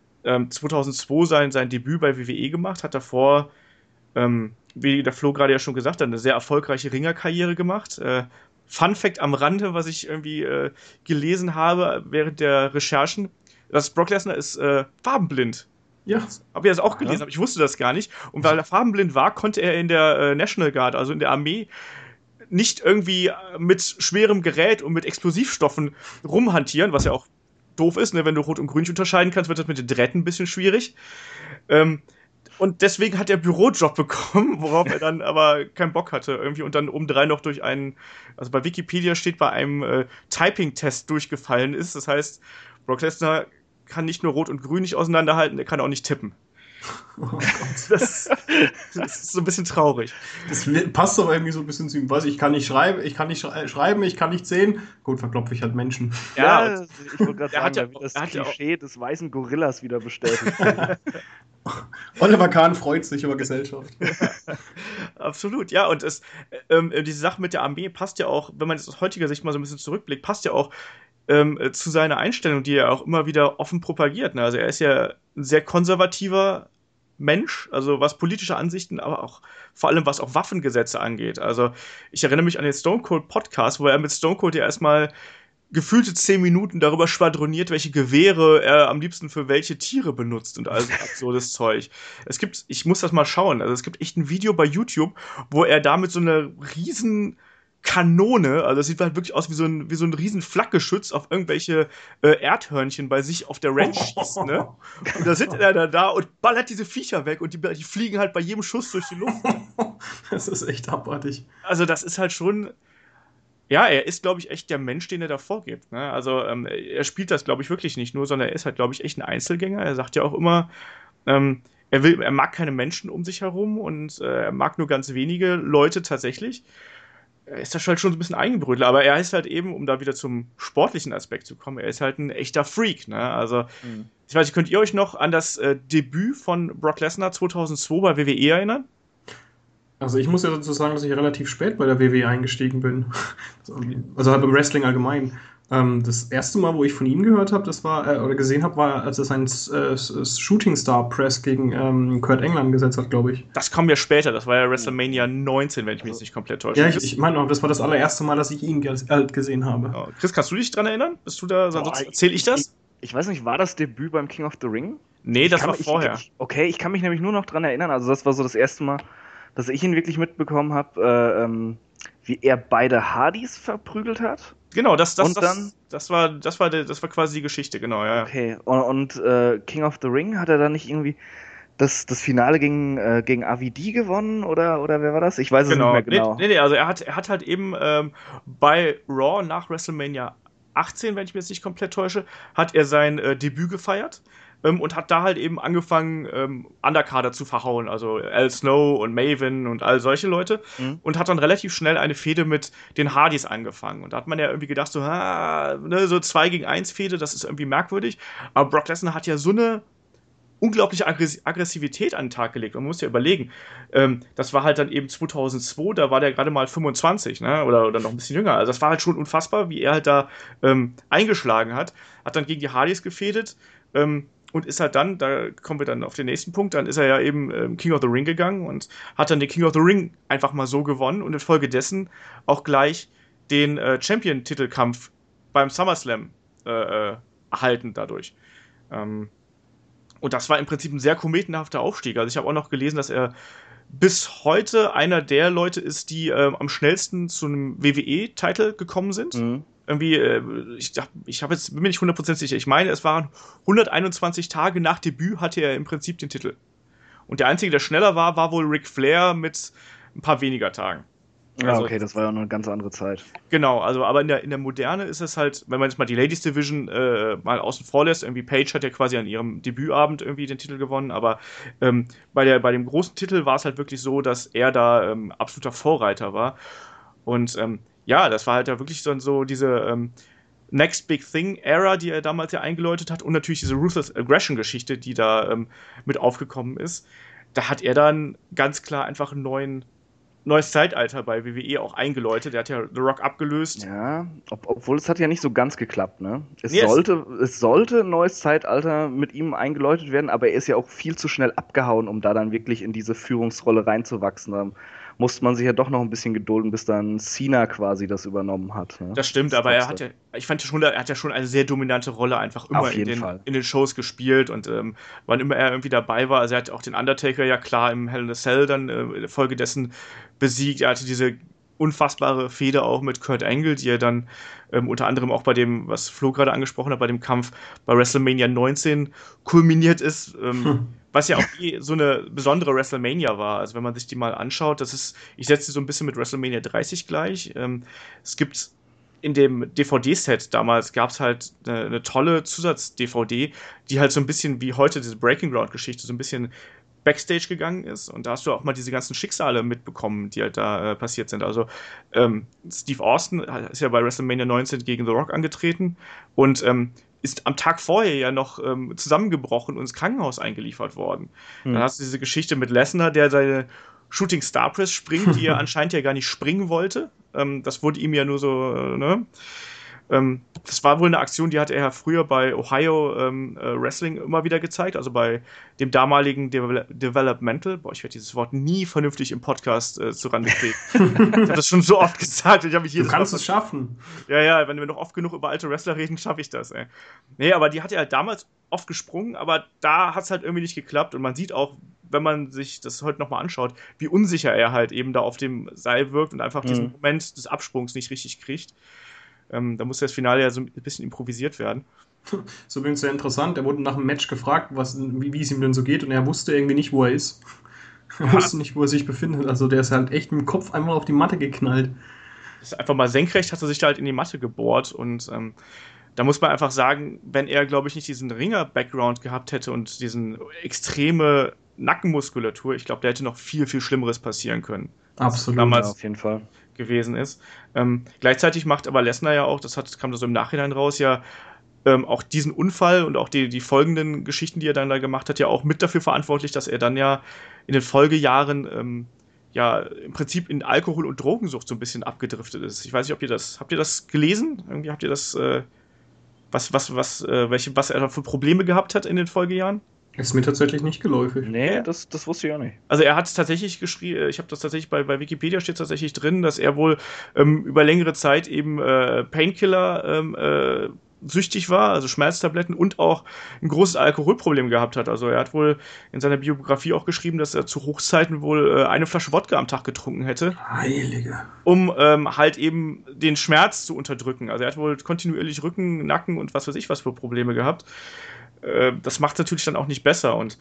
2002 sein Debüt bei WWE gemacht, hat davor wie der Flo gerade ja schon gesagt hat, eine sehr erfolgreiche Ringerkarriere gemacht. Fun Fact am Rande, was ich irgendwie gelesen habe während der Recherchen, dass Brock Lesnar ist farbenblind. Ja. Habe ich das auch gelesen, aber ich wusste das gar nicht. Und weil er farbenblind war, konnte er in der National Guard, also in der Armee, nicht irgendwie mit schwerem Gerät und mit Explosivstoffen rumhantieren, was ja auch doof ist, ne? Wenn du Rot und Grün nicht unterscheiden kannst, wird das mit den Drähten ein bisschen schwierig. Und deswegen hat er Bürojob bekommen, worauf er dann aber keinen Bock hatte irgendwie und dann obendrein noch durch einen, also bei Wikipedia steht, bei einem Typing-Test durchgefallen ist. Das heißt, Brock Lesnar kann nicht nur Rot und Grün nicht auseinanderhalten, er kann auch nicht tippen. Oh Gott. Das ist so ein bisschen traurig. Das passt aber irgendwie so ein bisschen zu ihm. Ich kann nicht schreiben, ich kann nicht sehen. Gut, verklopfe ich halt Menschen. Ja, ich wollte gerade sagen, ja, da wird das Klischee des weißen Gorillas wieder bestätigt. Oliver Kahn freut sich über Gesellschaft. Absolut, ja, und diese Sache mit der Armee passt ja auch, wenn man jetzt aus heutiger Sicht mal so ein bisschen zurückblickt, passt ja auch zu seiner Einstellung, die er auch immer wieder offen propagiert. Ne? Also er ist ja ein sehr konservativer Mensch, also was politische Ansichten, aber auch vor allem was auch Waffengesetze angeht. Also ich erinnere mich an den Stone Cold Podcast, wo er mit Stone Cold ja erstmal gefühlte 10 Minuten darüber schwadroniert, welche Gewehre er am liebsten für welche Tiere benutzt und all so absurdes Zeug. Ich muss das mal schauen, also es gibt echt ein Video bei YouTube, wo er da mit so einer riesen Kanone, also es sieht halt wirklich aus wie so ein riesen Flakgeschütz auf irgendwelche Erdhörnchen bei sich auf der Ranch schießt, ne? Und da sitzt er da und ballert diese Viecher weg und die fliegen halt bei jedem Schuss durch die Luft. Das ist echt abartig. Also das ist halt schon, ja, er ist, glaube ich, echt der Mensch, den er da vorgibt, ne? Also er spielt das, glaube ich, wirklich nicht nur, sondern er ist halt, glaube ich, echt ein Einzelgänger. Er sagt ja auch immer, er mag keine Menschen um sich herum und er mag nur ganz wenige Leute tatsächlich. Ist das halt schon so ein bisschen Eigenbrötler, aber er ist halt eben, um da wieder zum sportlichen Aspekt zu kommen, er ist halt ein echter Freak, ne? Also, ich weiß nicht, könnt ihr euch noch an das Debüt von Brock Lesnar 2002 bei WWE erinnern? Also ich muss ja dazu sagen, dass ich relativ spät bei der WWE eingestiegen bin. Also halt beim Wrestling allgemein. Das erste Mal, wo ich von ihm gehört habe, oder gesehen habe, war, als er seinen Shooting Star Press gegen Kurt England gesetzt hat, glaube ich. Das kam ja später, das war ja WrestleMania 19, wenn ich mich nicht komplett täusche. Ja, ich meine auch, das war das allererste Mal, dass ich ihn gesehen habe. Oh. Chris, kannst du dich dran erinnern? Bist du da, sonst erzähle ich das? Ich weiß nicht, war das Debüt beim King of the Ring? Nee, das war vorher. Ich kann mich nämlich nur noch dran erinnern, also das war so das erste Mal, dass ich ihn wirklich mitbekommen habe, wie er beide Hardys verprügelt hat. Genau, das war quasi die Geschichte, genau, ja. Okay, und King of the Ring, hat er dann nicht irgendwie das Finale gegen AVD gewonnen oder wer war das? Ich weiß es nicht mehr genau. Nee, also er hat halt eben bei Raw nach WrestleMania 2018, wenn ich mich jetzt nicht komplett täusche, hat er sein Debüt gefeiert. Und hat da halt eben angefangen, Underkader zu verhauen, also Al Snow und Maven und all solche Leute. Und hat dann relativ schnell eine Fehde mit den Hardys angefangen. Und da hat man ja irgendwie gedacht, so 2 gegen 1 Fehde, das ist irgendwie merkwürdig. Aber Brock Lesnar hat ja so eine unglaubliche Aggressivität an den Tag gelegt. Man muss ja überlegen, das war halt dann eben 2002, da war der gerade mal 25, ne? Oder noch ein bisschen jünger. Also das war halt schon unfassbar, wie er halt da eingeschlagen hat. Hat dann gegen die Hardys gefädet, und ist halt dann, da kommen wir dann auf den nächsten Punkt, dann ist er ja eben King of the Ring gegangen und hat dann den King of the Ring einfach mal so gewonnen und infolgedessen auch gleich den Champion-Titelkampf beim SummerSlam erhalten dadurch. Und das war im Prinzip ein sehr kometenhafter Aufstieg. Also ich habe auch noch gelesen, dass er bis heute einer der Leute ist, die am schnellsten zu einem WWE-Titel gekommen sind. Irgendwie, ich habe jetzt, bin mir nicht 100% sicher. Ich meine, es waren 121 Tage nach Debüt hatte er im Prinzip den Titel. Und der Einzige, der schneller war wohl Ric Flair mit ein paar weniger Tagen. Also, okay, das war ja noch eine ganz andere Zeit. Genau, also aber in der Moderne ist es halt, wenn man jetzt mal die Ladies Division mal außen vor lässt, irgendwie Paige hat ja quasi an ihrem Debütabend irgendwie den Titel gewonnen, aber bei dem großen Titel war es halt wirklich so, dass er da absoluter Vorreiter war. Und ja, das war halt ja wirklich so diese Next Big Thing Era, die er damals ja eingeläutet hat und natürlich diese Ruthless Aggression Geschichte, die da mit aufgekommen ist. Da hat er dann ganz klar einfach ein neues Zeitalter bei WWE auch eingeläutet. Der hat ja The Rock abgelöst. Ja, obwohl es hat ja nicht so ganz geklappt, ne? Es sollte ein neues Zeitalter mit ihm eingeläutet werden, aber er ist ja auch viel zu schnell abgehauen, um da dann wirklich in diese Führungsrolle reinzuwachsen. Da musste man sich ja doch noch ein bisschen gedulden, bis dann Cena quasi das übernommen hat. Ne? Das stimmt, aber er hat ja schon eine sehr dominante Rolle einfach immer in den Shows gespielt und wann immer er irgendwie dabei war, also er hat auch den Undertaker ja klar im Hell in a Cell dann infolgedessen besiegt. Er hatte diese unfassbare Fehde auch mit Kurt Angle, die er dann unter anderem auch bei dem, was Flo gerade angesprochen hat, bei dem Kampf bei WrestleMania 19 kulminiert ist, was ja auch so eine besondere WrestleMania war. Also wenn man sich die mal anschaut, ich setze sie so ein bisschen mit WrestleMania 30 gleich. Es gibt in dem DVD-Set damals gab es halt eine tolle Zusatz-DVD, die halt so ein bisschen wie heute diese Breaking Ground-Geschichte so ein bisschen Backstage gegangen ist und da hast du auch mal diese ganzen Schicksale mitbekommen, die halt da passiert sind. Also Steve Austin ist ja bei WrestleMania 19 gegen The Rock angetreten und ist am Tag vorher ja noch zusammengebrochen und ins Krankenhaus eingeliefert worden. Dann hast du diese Geschichte mit Lesnar, der seine Shooting Star Press springt, die er anscheinend ja gar nicht springen wollte. Das wurde ihm ja nur so, ne? Das war wohl eine Aktion, die hatte er ja früher bei Ohio Wrestling immer wieder gezeigt, also bei dem damaligen Developmental. Boah, ich werde dieses Wort nie vernünftig im Podcast zurande kriegen. Ich habe das schon so oft gesagt. Du kannst es schaffen. Ja, wenn wir noch oft genug über alte Wrestler reden, schaffe ich das, ey. Nee, aber die hat er halt damals oft gesprungen, aber da hat es halt irgendwie nicht geklappt und man sieht auch, wenn man sich das heute nochmal anschaut, wie unsicher er halt eben da auf dem Seil wirkt und einfach diesen Moment des Absprungs nicht richtig kriegt. Da musste das Finale ja so ein bisschen improvisiert werden. So übrigens sehr interessant. Er wurde nach dem Match gefragt, wie es ihm denn so geht, und er wusste irgendwie nicht, wo er ist. Er wusste nicht, wo er sich befindet. Also der ist halt echt mit dem Kopf einmal auf die Matte geknallt. Das ist einfach mal senkrecht, hat er sich da halt in die Matte gebohrt und da muss man einfach sagen, wenn er, glaube ich, nicht diesen Ringer-Background gehabt hätte und diesen extreme Nackenmuskulatur, ich glaube, da hätte noch viel, viel Schlimmeres passieren können. Absolut, damals ja, auf jeden Fall gewesen ist. Gleichzeitig macht aber Lesnar ja auch, kam da so im Nachhinein raus, ja auch diesen Unfall und auch die folgenden Geschichten, die er dann da gemacht hat, ja auch mit dafür verantwortlich, dass er dann ja in den Folgejahren ja im Prinzip in Alkohol- und Drogensucht so ein bisschen abgedriftet ist. Ich weiß nicht, habt ihr das gelesen? Irgendwie habt ihr das, was er da für Probleme gehabt hat in den Folgejahren? Ist mir tatsächlich nicht geläufig. Nee, das wusste ich auch nicht. Also er hat tatsächlich geschrieben, ich habe das tatsächlich bei Wikipedia steht tatsächlich drin, dass er wohl über längere Zeit eben Painkiller süchtig war, also Schmerztabletten und auch ein großes Alkoholproblem gehabt hat. Also er hat wohl in seiner Biografie auch geschrieben, dass er zu Hochzeiten wohl eine Flasche Wodka am Tag getrunken hätte. Heilige. Um halt eben den Schmerz zu unterdrücken. Also er hat wohl kontinuierlich Rücken, Nacken und was weiß ich was für Probleme gehabt. Das macht es natürlich dann auch nicht besser und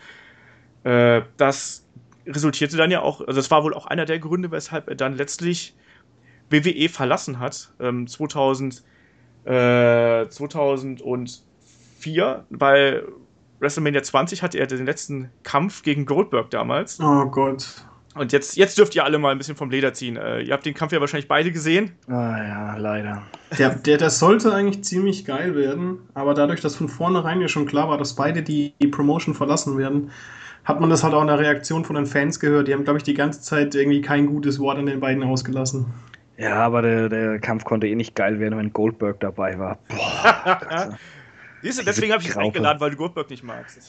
das resultierte dann ja auch, also das war wohl auch einer der Gründe, weshalb er dann letztlich WWE verlassen hat. 2011 2004, weil WrestleMania 20 hatte er den letzten Kampf gegen Goldberg damals. Oh Gott. Und jetzt dürft ihr alle mal ein bisschen vom Leder ziehen. Ihr habt den Kampf ja wahrscheinlich beide gesehen. Ah ja, leider. Der sollte eigentlich ziemlich geil werden, aber dadurch, dass von vornherein ja schon klar war, dass beide die Promotion verlassen werden, hat man das halt auch in der Reaktion von den Fans gehört. Die haben, glaube ich, die ganze Zeit irgendwie kein gutes Wort an den beiden ausgelassen. Ja, aber der Kampf konnte eh nicht geil werden, wenn Goldberg dabei war. Boah. Siehst du, deswegen habe ich ihn eingeladen, weil du Goldberg nicht magst.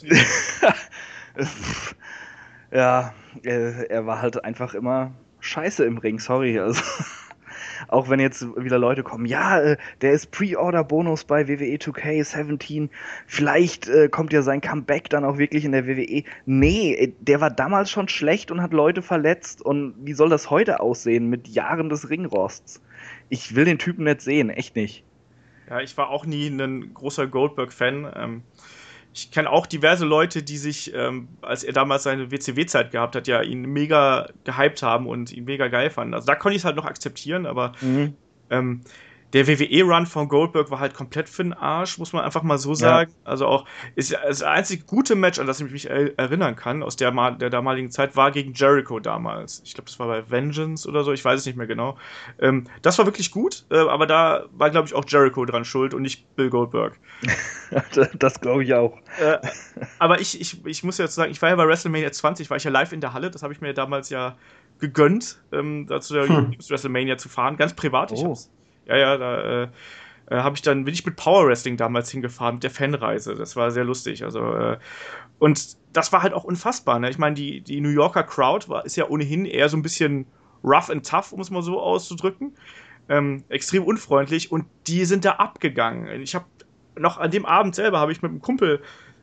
Ja, er war halt einfach immer scheiße im Ring, sorry. Also, auch wenn jetzt wieder Leute kommen, ja, der ist Pre-Order-Bonus bei WWE 2K17, vielleicht kommt ja sein Comeback dann auch wirklich in der WWE. Nee, der war damals schon schlecht und hat Leute verletzt, und wie soll das heute aussehen mit Jahren des Ringrosts? Ich will den Typen nicht sehen, echt nicht. Ja, ich war auch nie ein großer Goldberg-Fan. Ich kenne auch diverse Leute, die sich, als er damals seine WCW-Zeit gehabt hat, ja ihn mega gehypt haben und ihn mega geil fanden. Also da konnte ich es halt noch akzeptieren, aber der WWE-Run von Goldberg war halt komplett für den Arsch, muss man einfach mal so sagen. Ja. Also auch, ist das einzige gute Match, an das ich mich erinnern kann, aus der damaligen Zeit, war gegen Jericho damals. Ich glaube, das war bei Vengeance oder so, ich weiß es nicht mehr genau. Das war wirklich gut, aber da war, glaube ich, auch Jericho dran schuld und nicht Bill Goldberg. Das glaube ich auch. Aber ich muss jetzt sagen, ich war ja bei WrestleMania 20, war ich ja live in der Halle, das habe ich mir damals ja gegönnt, dazu der WrestleMania zu fahren, ganz privat. Oh. Da bin ich mit Power Wrestling damals hingefahren, mit der Fanreise. Das war sehr lustig. Also, und das war halt auch unfassbar. Ne? Ich meine, die New Yorker Crowd ist ja ohnehin eher so ein bisschen rough and tough, um es mal so auszudrücken. Extrem unfreundlich, und die sind da abgegangen. Ich habe noch an dem Abend selber, habe ich mit einem Kumpel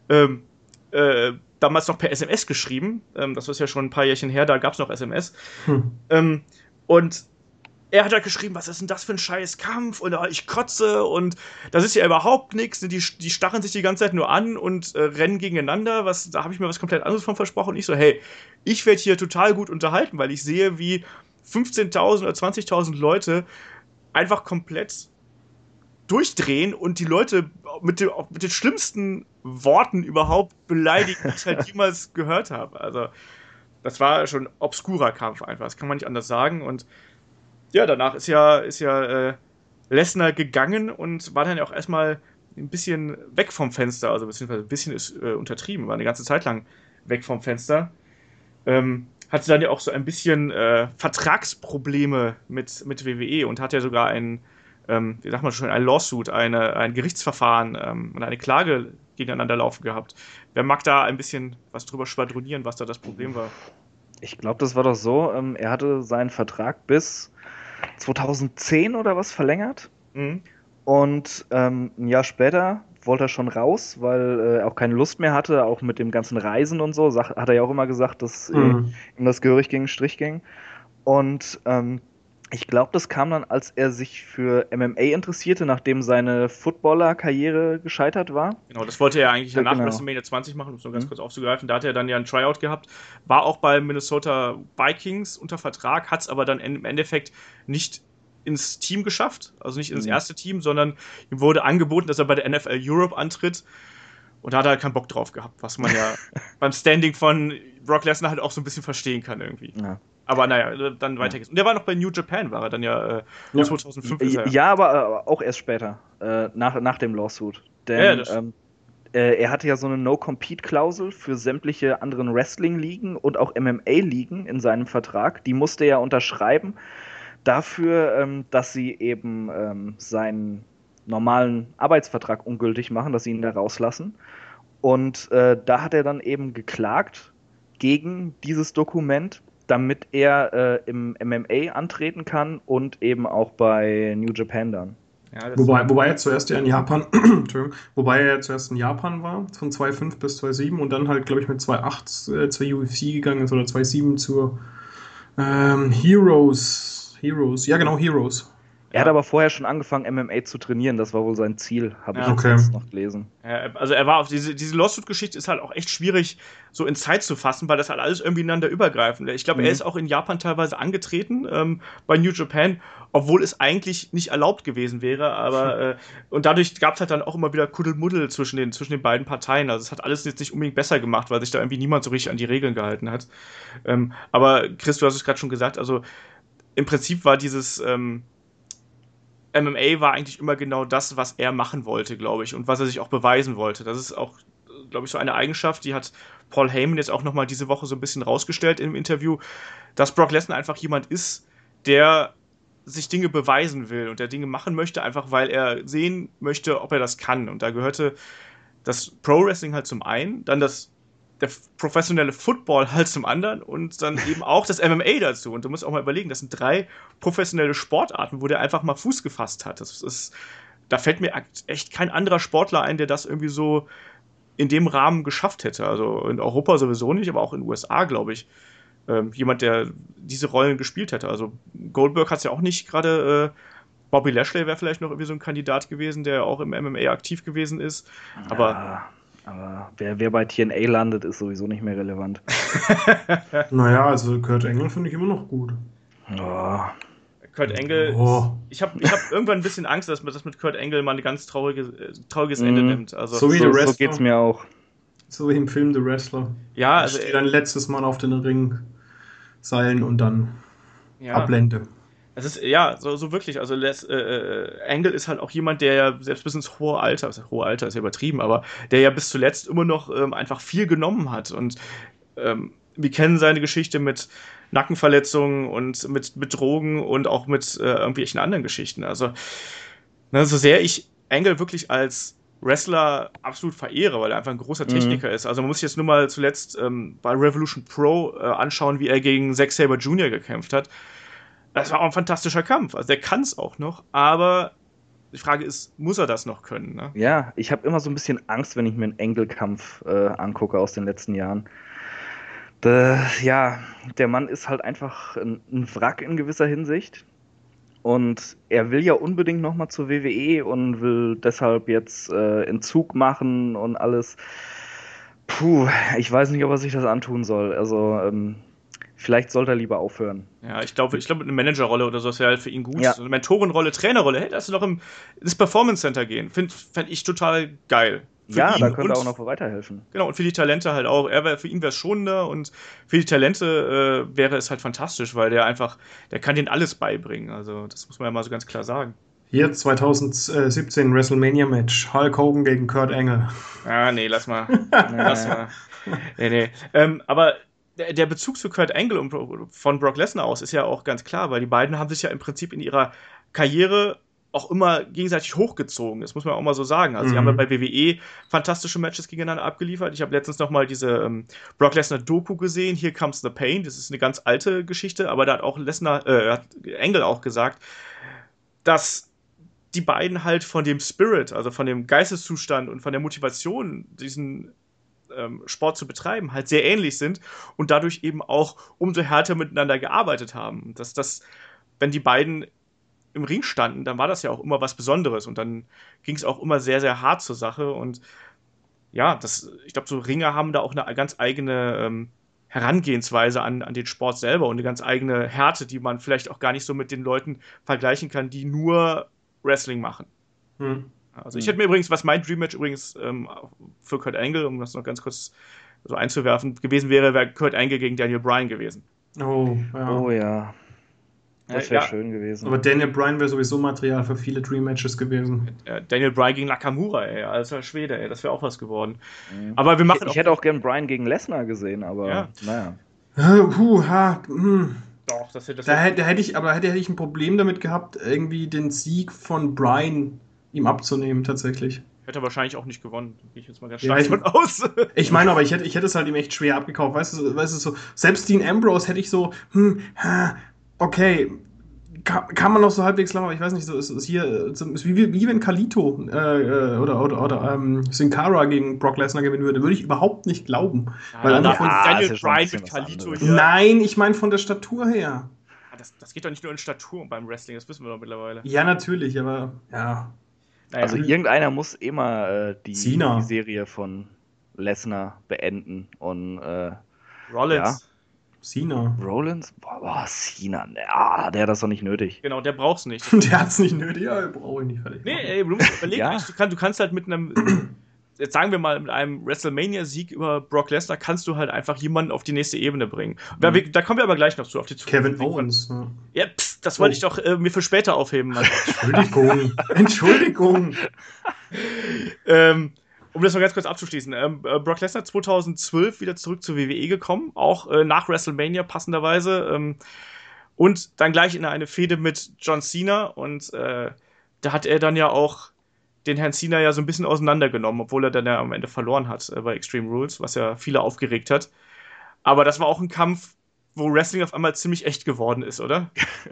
damals noch per SMS geschrieben. Das ist ja schon ein paar Jährchen her, da gab es noch SMS. Und er hat halt geschrieben, was ist denn das für ein scheiß Kampf, und ich kotze und das ist ja überhaupt nichts. Die starren sich die ganze Zeit nur an und rennen gegeneinander. Da habe ich mir was komplett anderes von versprochen. Und ich so, hey, ich werde hier total gut unterhalten, weil ich sehe, wie 15.000 oder 20.000 Leute einfach komplett durchdrehen und die Leute mit den schlimmsten Worten überhaupt beleidigen, die ich halt jemals gehört habe. Also das war schon ein obskurer Kampf einfach, das kann man nicht anders sagen. Und ja, danach ist ja Lesnar gegangen und war dann ja auch erstmal ein bisschen weg vom Fenster, also beziehungsweise ein bisschen ist untertrieben, war eine ganze Zeit lang weg vom Fenster. Hatte dann ja auch so ein bisschen Vertragsprobleme mit WWE und hat ja sogar ein Lawsuit, ein Gerichtsverfahren und eine Klage gegeneinander laufen gehabt. Wer mag da ein bisschen was drüber schwadronieren, was da das Problem war? Ich glaube, das war doch so, er hatte seinen Vertrag bis 2010 oder was verlängert. Und ein Jahr später wollte er schon raus, weil er auch keine Lust mehr hatte, auch mit dem ganzen Reisen und so. Hat er ja auch immer gesagt, dass ihm das gehörig gegen den Strich ging. Und ich glaube, das kam dann, als er sich für MMA interessierte, nachdem seine Footballer-Karriere gescheitert war. Genau, das wollte er eigentlich nach WrestleMania 20 machen, um es nur ganz kurz aufzugreifen. Da hat er dann ja ein Tryout gehabt, war auch bei Minnesota Vikings unter Vertrag, hat es aber dann im Endeffekt nicht ins Team geschafft, also nicht ins erste Team, sondern ihm wurde angeboten, dass er bei der NFL Europe antritt. Und da hat er halt keinen Bock drauf gehabt, was man ja beim Standing von Brock Lesnar halt auch so ein bisschen verstehen kann irgendwie. Ja. Aber naja, dann weiter geht's. Und der war noch bei New Japan, war er dann ja 2005. Ja, aber auch erst später, nach dem Lawsuit. Denn er hatte ja so eine No-Compete-Klausel für sämtliche anderen Wrestling-Ligen und auch MMA-Ligen in seinem Vertrag. Die musste er unterschreiben dafür, dass sie eben seinen normalen Arbeitsvertrag ungültig machen, dass sie ihn da rauslassen. Und da hat er dann eben geklagt gegen dieses Dokument, damit er im MMA antreten kann und eben auch bei New Japan dann. Ja, wobei er zuerst ja in Japan, war, von 2005 bis 2007 und dann halt, glaube ich, mit 2008 zur UFC gegangen ist oder 2007 zur Heroes. Ja, genau, Heroes. Er hat aber vorher schon angefangen, MMA zu trainieren. Das war wohl sein Ziel, habe ich jetzt noch gelesen. Also er war auf diese Lawsuit-Geschichte ist halt auch echt schwierig so in Zeit zu fassen, weil das halt alles irgendwie ineinander übergreifend. Ich glaube, er ist auch in Japan teilweise angetreten bei New Japan, obwohl es eigentlich nicht erlaubt gewesen wäre. Aber und dadurch gab es halt dann auch immer wieder Kuddelmuddel zwischen den beiden Parteien. Also es hat alles jetzt nicht unbedingt besser gemacht, weil sich da irgendwie niemand so richtig an die Regeln gehalten hat. Aber Chris, du hast es gerade schon gesagt. Also im Prinzip war dieses MMA war eigentlich immer genau das, was er machen wollte, glaube ich, und was er sich auch beweisen wollte. Das ist auch, glaube ich, so eine Eigenschaft, die hat Paul Heyman jetzt auch nochmal diese Woche so ein bisschen rausgestellt im Interview, dass Brock Lesnar einfach jemand ist, der sich Dinge beweisen will und der Dinge machen möchte, einfach weil er sehen möchte, ob er das kann. Und da gehörte das Pro-Wrestling halt zum einen, dann der professionelle Football halt zum anderen und dann eben auch das MMA dazu. Und du musst auch mal überlegen, das sind 3 professionelle Sportarten, wo der einfach mal Fuß gefasst hat. Da fällt mir echt kein anderer Sportler ein, der das irgendwie so in dem Rahmen geschafft hätte. Also in Europa sowieso nicht, aber auch in den USA, glaube ich. Jemand, der diese Rollen gespielt hätte. Also Goldberg hat es ja auch nicht gerade. Bobby Lashley wäre vielleicht noch irgendwie so ein Kandidat gewesen, der auch im MMA aktiv gewesen ist. Aber wer bei TNA landet, ist sowieso nicht mehr relevant. Naja, also Kurt Angle finde ich immer noch gut. Oh. Kurt Angle, ich hab irgendwann ein bisschen Angst, dass man das mit Kurt Angle mal ein ganz trauriges Ende nimmt. Also, so geht's mir auch. So wie im Film The Wrestler. Ja, also steht ein letztes Mal auf den Ringseilen und dann Ablende. Es ist, ja, so wirklich. Also Angle ist halt auch jemand, der ja selbst bis ins hohe Alter ist ja übertrieben, aber der ja bis zuletzt immer noch einfach viel genommen hat. Und wir kennen seine Geschichte mit Nackenverletzungen und mit Drogen und auch mit irgendwelchen anderen Geschichten. Also, ne, so sehr ich Angle wirklich als Wrestler absolut verehre, weil er einfach ein großer Techniker ist. Also man muss sich jetzt nur mal zuletzt bei Revolution Pro anschauen, wie er gegen Zack Sabre Jr. gekämpft hat. Das war auch ein fantastischer Kampf. Also der kann es auch noch, aber die Frage ist, muss er das noch können? Ne? Ja, ich habe immer so ein bisschen Angst, wenn ich mir einen Angle-Kampf angucke aus den letzten Jahren. Der Mann ist halt einfach ein Wrack in gewisser Hinsicht. Und er will ja unbedingt nochmal zur WWE und will deshalb jetzt Entzug machen und alles. Puh, ich weiß nicht, ob er sich das antun soll. Also, vielleicht sollte er lieber aufhören. Ja, ich glaube, eine Managerrolle oder so ist ja halt für ihn gut. Ja. So eine Mentorenrolle, Trainerrolle, hey, lass du noch ins Performance Center gehen. Fänd ich total geil. Da könnte er auch noch weiterhelfen. Genau, und für die Talente halt auch. Für ihn wäre es schonender und für die Talente wäre es halt fantastisch, weil der kann denen alles beibringen. Also, das muss man ja mal so ganz klar sagen. Hier 2017 WrestleMania-Match. Hulk Hogan gegen Kurt Angle. Ah, nee, lass mal. Lass mal. Nee. Aber der Bezug zu Kurt Angle und von Brock Lesnar aus ist ja auch ganz klar, weil die beiden haben sich ja im Prinzip in ihrer Karriere auch immer gegenseitig hochgezogen. Das muss man auch mal so sagen. Also, sie haben ja bei WWE fantastische Matches gegeneinander abgeliefert. Ich habe letztens noch mal diese Brock Lesnar-Doku gesehen, Here Comes the Pain. Das ist eine ganz alte Geschichte, aber da hat auch hat Angle auch gesagt, dass die beiden halt von dem Spirit, also von dem Geisteszustand und von der Motivation, diesen Sport zu betreiben, halt sehr ähnlich sind und dadurch eben auch umso härter miteinander gearbeitet haben. Wenn die beiden im Ring standen, dann war das ja auch immer was Besonderes und dann ging es auch immer sehr, sehr hart zur Sache und ja, ich glaube, so Ringer haben da auch eine ganz eigene Herangehensweise an den Sport selber und eine ganz eigene Härte, die man vielleicht auch gar nicht so mit den Leuten vergleichen kann, die nur Wrestling machen. Also ich hätte mir übrigens, was mein Dream Match übrigens für Kurt Angle, um das noch ganz kurz so einzuwerfen, gewesen wäre Kurt Angle gegen Daniel Bryan gewesen. Oh ja. Das wäre schön gewesen. Aber Daniel Bryan wäre sowieso Material für viele Dream Matches gewesen. Daniel Bryan gegen Nakamura, alter Schwede, das wäre auch was geworden. Aber wir machen ich hätte auch gern Bryan gegen Lesnar gesehen, aber naja. Doch, da hätte ich ein Problem damit gehabt, irgendwie den Sieg von Bryan ihm abzunehmen, tatsächlich. Hätte er wahrscheinlich auch nicht gewonnen. Gehe ich jetzt mal ganz stark von aus. Ich meine, aber ich hätte es halt ihm echt schwer abgekauft. Weißt du, so, selbst Dean Ambrose hätte ich so, okay, kann man noch so halbwegs lang, aber ich weiß nicht, so ist hier, ist wie wenn Kalito oder Sin Cara gegen Brock Lesnar gewinnen würde ich überhaupt nicht glauben. Weil einfach von Daniel Bryan mit Kalito hier. Nein, ich meine von der Statur her. Das geht doch nicht nur in Statur beim Wrestling, das wissen wir doch mittlerweile. Ja, natürlich, aber ja. Naja. Also irgendeiner muss immer die Cena. Serie von Lesnar beenden. Und Rollins. Cena. Rollins? Boah, Cena. Der hat das doch nicht nötig. Genau, der braucht's nicht. Der hat's nicht nötig, ja, brauche ich nicht fertig. Nee, ey, du musst überlegen, Ja. du kannst halt mit einem, jetzt sagen wir mal, mit einem WrestleMania-Sieg über Brock Lesnar kannst du halt einfach jemanden auf die nächste Ebene bringen. Da kommen wir aber gleich noch zu, auf die Kevin Owens. Ja, das wollte ich doch mir für später aufheben, Mann. Entschuldigung. Um das mal ganz kurz abzuschließen. Brock Lesnar 2012 wieder zurück zur WWE gekommen, auch nach WrestleMania passenderweise. Und dann gleich in eine Fehde mit John Cena. Und da hat er dann ja auch den Herrn Cena ja so ein bisschen auseinandergenommen, obwohl er dann ja am Ende verloren hat bei Extreme Rules, was ja viele aufgeregt hat. Aber das war auch ein Kampf, wo Wrestling auf einmal ziemlich echt geworden ist, oder?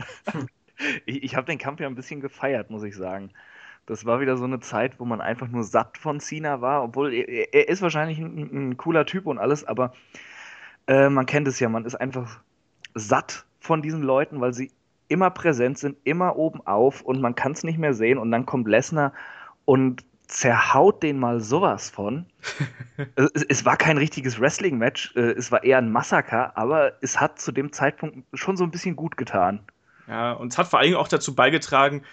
Ich habe den Kampf ja ein bisschen gefeiert, muss ich sagen. Das war wieder so eine Zeit, wo man einfach nur satt von Cena war, obwohl er ist wahrscheinlich ein cooler Typ und alles, aber man kennt es ja, man ist einfach satt von diesen Leuten, weil sie immer präsent sind, immer oben auf und man kann es nicht mehr sehen und dann kommt Lesnar und zerhaut den mal sowas von. Es war kein richtiges Wrestling-Match, es war eher ein Massaker, aber es hat zu dem Zeitpunkt schon so ein bisschen gut getan. Ja, und es hat vor allem auch dazu beigetragen,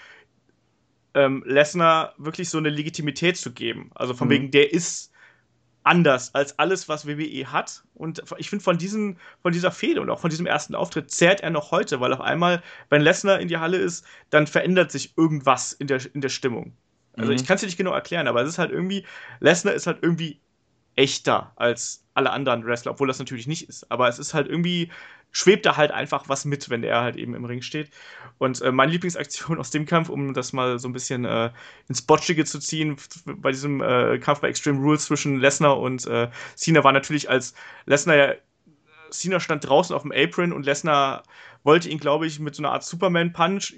Lesnar wirklich so eine Legitimität zu geben. Also von wegen, der ist anders als alles, was WWE hat. Und ich finde, von dieser Fehde und auch von diesem ersten Auftritt zehrt er noch heute, weil auf einmal, wenn Lesnar in die Halle ist, dann verändert sich irgendwas in der Stimmung. Also ich kann es dir nicht genau erklären, aber es ist halt irgendwie, Lesnar ist halt irgendwie echter als alle anderen Wrestler, obwohl das natürlich nicht ist. Aber es ist halt irgendwie, schwebt da halt einfach was mit, wenn er halt eben im Ring steht. Und meine Lieblingsaktion aus dem Kampf, um das mal so ein bisschen ins Botschige zu ziehen, bei diesem Kampf bei Extreme Rules zwischen Lesnar und Cena, war natürlich, als Lesnar ja, Cena stand draußen auf dem Apron und Lesnar wollte ihn, glaube ich, mit so einer Art Superman-Punch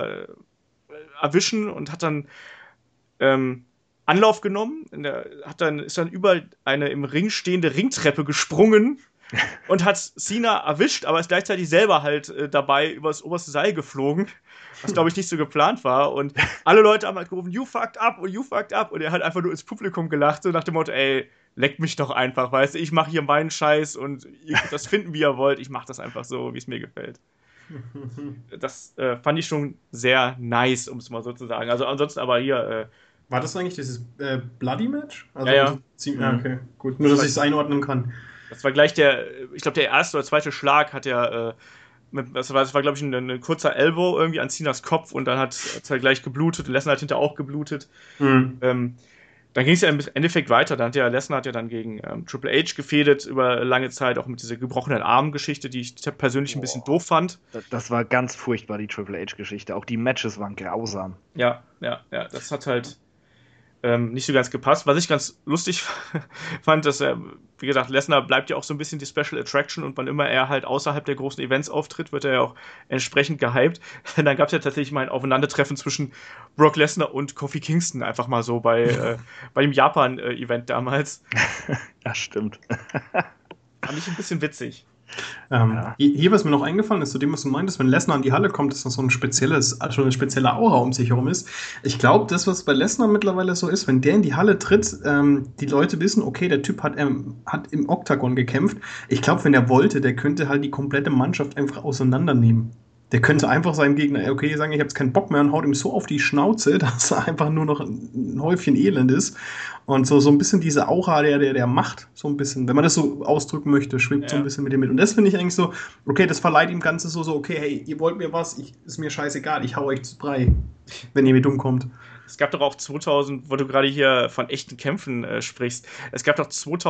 erwischen und hat dann Anlauf genommen, ist dann über eine im Ring stehende Ringtreppe gesprungen und hat Cena erwischt, aber ist gleichzeitig selber halt dabei übers oberste Seil geflogen, was glaube ich nicht so geplant war. Und alle Leute haben halt gerufen, you fucked up und you fucked up. Und er hat einfach nur ins Publikum gelacht, so nach dem Motto, ey, leckt mich doch einfach, weißt du, ich mache hier meinen Scheiß und ihr könnt das finden, wie ihr wollt, ich mache das einfach so, wie es mir gefällt. Das fand ich schon sehr nice, um es mal so zu sagen. Also ansonsten aber hier war das eigentlich dieses Bloody-Match? Also ja. Okay, gut. Nur, dass ich es einordnen kann. Das war gleich ich glaube, der erste oder zweite Schlag hat ja, das war glaube ich, ein kurzer Elbow irgendwie an Cenas Kopf und dann hat es halt gleich geblutet und Lesnar hat hinterher auch geblutet. Dann ging es ja im Endeffekt weiter. Lesnar hat ja dann gegen Triple H gefädet über lange Zeit, auch mit dieser gebrochenen Arm-Geschichte, die ich persönlich ein bisschen doof fand. Das war ganz furchtbar, die Triple H-Geschichte. Auch die Matches waren grausam. Ja, das hat halt nicht so ganz gepasst. Was ich ganz lustig fand, dass wie gesagt, Lesnar bleibt ja auch so ein bisschen die Special Attraction und wann immer er halt außerhalb der großen Events auftritt, wird er ja auch entsprechend gehypt. Dann gab es ja tatsächlich mal ein Aufeinandertreffen zwischen Brock Lesnar und Kofi Kingston, einfach mal so bei dem Japan-Event damals. Ja, stimmt. Fand ich ein bisschen witzig. Hier, was mir noch eingefallen ist, zu dem, was du meintest, wenn Lesnar in die Halle kommt, dass das so schon eine spezielle Aura um sich herum ist. Ich glaube, das, was bei Lesnar mittlerweile so ist, wenn der in die Halle tritt, die Leute wissen, okay, der Typ hat im Oktagon gekämpft. Ich glaube, wenn er wollte, der könnte halt die komplette Mannschaft einfach auseinandernehmen. Der könnte einfach seinem Gegner, okay, sagen, ich habe jetzt keinen Bock mehr und haut ihm so auf die Schnauze, dass er einfach nur noch ein Häufchen Elend ist. Und so ein bisschen diese Aura der Macht, so ein bisschen, wenn man das so ausdrücken möchte, schwebt so ein bisschen mit dem mit. Und das finde ich eigentlich so, okay, das verleiht ihm Ganze so, okay, hey, ihr wollt mir was, ist mir scheißegal, ich hau euch zu Brei, wenn ihr mir dumm kommt. Es gab doch auch 2000, wo du gerade hier von echten Kämpfen sprichst, es gab doch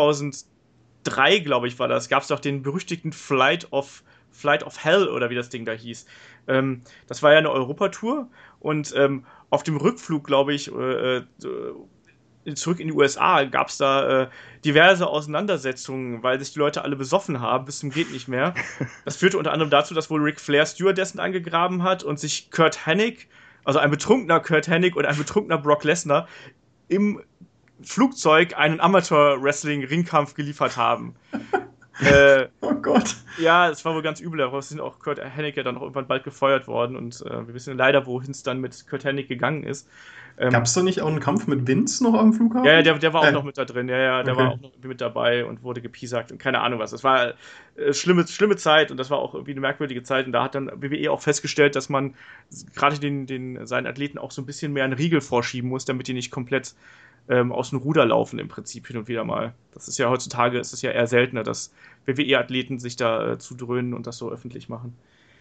2003, glaube ich, gab es doch den berüchtigten Flight of Hell oder wie das Ding da hieß. Das war ja eine Europatour und auf dem Rückflug, glaube ich, zurück in die USA gab es da diverse Auseinandersetzungen, weil sich die Leute alle besoffen haben, bis zum geht nicht mehr. Das führte unter anderem dazu, dass wohl Ric Flair Stewardessen angegraben hat und sich Curt Hennig, also ein betrunkener Curt Hennig und ein betrunkener Brock Lesnar im Flugzeug einen Amateur-Wrestling-Ringkampf geliefert haben. Gott. Ja, es war wohl ganz übel. Daraus sind auch Kurt Hennig dann auch irgendwann bald gefeuert worden. Und wir wissen leider, wohin es dann mit Kurt Hennig gegangen ist. Gab es da nicht auch einen Kampf mit Vince noch am Flughafen? Ja, der war auch noch mit da drin. Ja, der Okay. war auch noch mit dabei und wurde gepiesackt und keine Ahnung was. Es war schlimme Zeit und das war auch irgendwie eine merkwürdige Zeit. Und da hat dann WWE auch festgestellt, dass man gerade seinen Athleten auch so ein bisschen mehr einen Riegel vorschieben muss, damit die nicht komplett aus dem Ruder laufen im Prinzip hin und wieder mal. Das ist ja heutzutage, ist es ja eher seltener, dass WWE-Athleten sich da zudröhnen und das so öffentlich machen.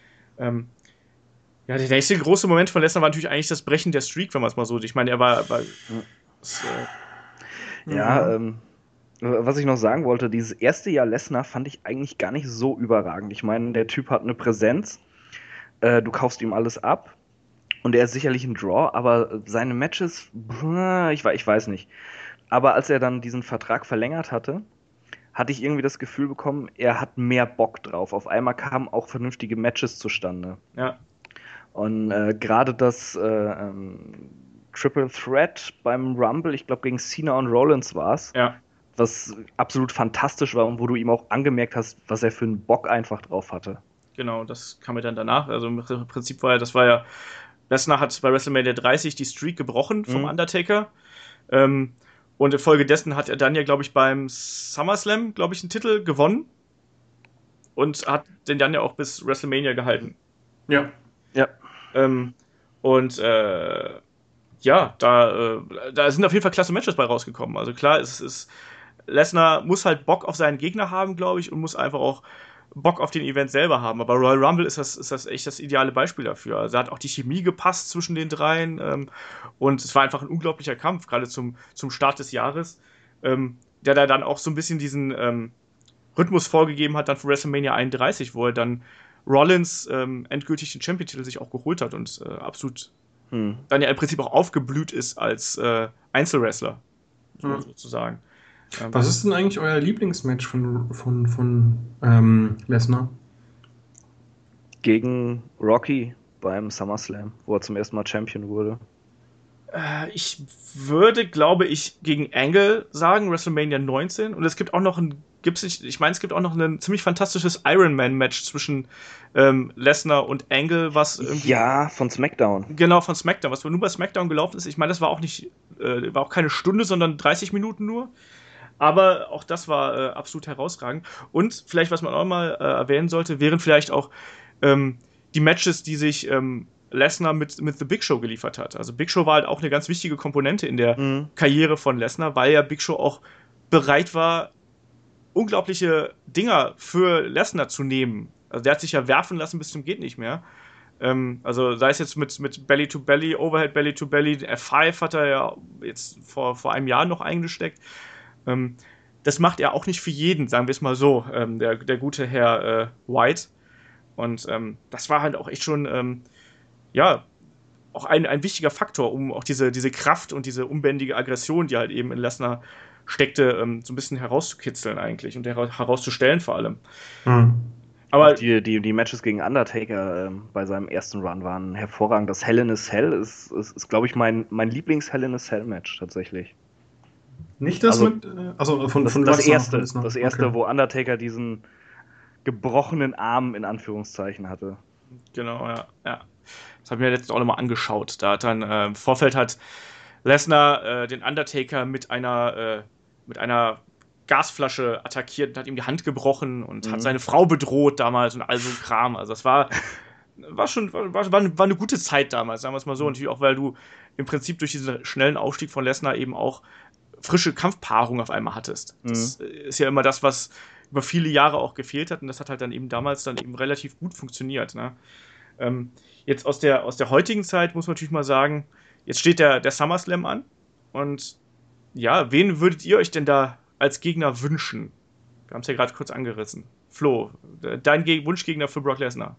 Ja, der nächste große Moment von Lesnar war natürlich eigentlich das Brechen der Streak, wenn man es mal so. Ich meine, er war was ich noch sagen wollte, dieses erste Jahr Lesnar fand ich eigentlich gar nicht so überragend. Ich meine, der Typ hat eine Präsenz, du kaufst ihm alles ab und er ist sicherlich ein Draw, aber seine Matches, ich weiß nicht. Aber als er dann diesen Vertrag verlängert hatte ich irgendwie das Gefühl bekommen, er hat mehr Bock drauf. Auf einmal kamen auch vernünftige Matches zustande. Ja. Und gerade das Triple Threat beim Rumble, ich glaube gegen Cena und Rollins war es, Ja. was absolut fantastisch war und wo du ihm auch angemerkt hast, was er für einen Bock einfach drauf hatte. Genau, das kam mir dann danach. Also im Prinzip Lesnar hat bei WrestleMania 30 die Streak gebrochen vom Undertaker. Und infolgedessen hat er dann ja, glaube ich, beim SummerSlam, glaube ich, einen Titel gewonnen. Und hat den dann ja auch bis WrestleMania gehalten. Ja. Ja. Ja, da sind auf jeden Fall klasse Matches bei rausgekommen. Also klar, Lesnar muss halt Bock auf seinen Gegner haben, glaube ich, und muss einfach auch Bock auf den Event selber haben. Aber Royal Rumble ist das echt das ideale Beispiel dafür. Also da hat auch die Chemie gepasst zwischen den dreien und es war einfach ein unglaublicher Kampf, gerade zum Start des Jahres, der da dann auch so ein bisschen diesen Rhythmus vorgegeben hat dann für WrestleMania 31, wo er dann Rollins endgültig den Champion-Titel sich auch geholt hat und absolut dann ja im Prinzip auch aufgeblüht ist als Einzelwrestler, sozusagen. Was ist denn eigentlich euer Lieblingsmatch von Lesnar? Gegen Rocky beim SummerSlam, wo er zum ersten Mal Champion wurde. Ich würde, glaube ich, gegen Angle sagen, WrestleMania 19. Und es gibt auch noch es gibt auch noch ein ziemlich fantastisches Ironman-Match zwischen Lesnar und Angle, was irgendwie. Ja, von SmackDown. Genau, von SmackDown, was nur bei SmackDown gelaufen ist. Ich meine, das war auch keine Stunde, sondern 30 Minuten nur. Aber auch das war absolut herausragend. Und vielleicht, was man auch mal erwähnen sollte, wären vielleicht auch die Matches, die sich Lesnar mit The Big Show geliefert hat. Also Big Show war halt auch eine ganz wichtige Komponente in der Karriere von Lesnar, weil ja Big Show auch bereit war, unglaubliche Dinger für Lesnar zu nehmen. Also der hat sich ja werfen lassen bis zum geht nicht mehr. Also sei es jetzt mit Belly to Belly, Overhead Belly to Belly, F5 hat er ja jetzt vor einem Jahr noch eingesteckt. Das macht er auch nicht für jeden, sagen wir es mal so, der gute Herr White. Und das war halt auch echt schon, auch ein wichtiger Faktor, um auch diese Kraft und diese unbändige Aggression, die halt eben in Lesnar steckte, so ein bisschen herauszukitzeln eigentlich und herauszustellen vor allem. Aber die Matches gegen Undertaker bei seinem ersten Run waren hervorragend. Das Hell in a Cell ist glaube ich, mein Lieblings-Hell in a Cell-Match tatsächlich. Nicht das das erste, okay. Wo Undertaker diesen gebrochenen Arm in Anführungszeichen hatte. Genau, ja. Das habe ich mir letztens auch nochmal angeschaut. Da hat dann im Vorfeld hat Lesnar den Undertaker mit einer Gasflasche attackiert und hat ihm die Hand gebrochen und hat seine Frau bedroht damals und all so ein Kram. Also das war eine gute Zeit damals, sagen wir es mal so. Und natürlich auch, weil du im Prinzip durch diesen schnellen Aufstieg von Lesnar eben auch frische Kampfpaarung auf einmal hattest. Das ist ja immer das, was über viele Jahre auch gefehlt hat und das hat halt dann eben damals relativ gut funktioniert. Ne? Jetzt aus der heutigen Zeit muss man natürlich mal sagen, jetzt steht der SummerSlam an und ja, wen würdet ihr euch denn da als Gegner wünschen? Wir haben es ja gerade kurz angerissen. Flo, dein Wunschgegner für Brock Lesnar?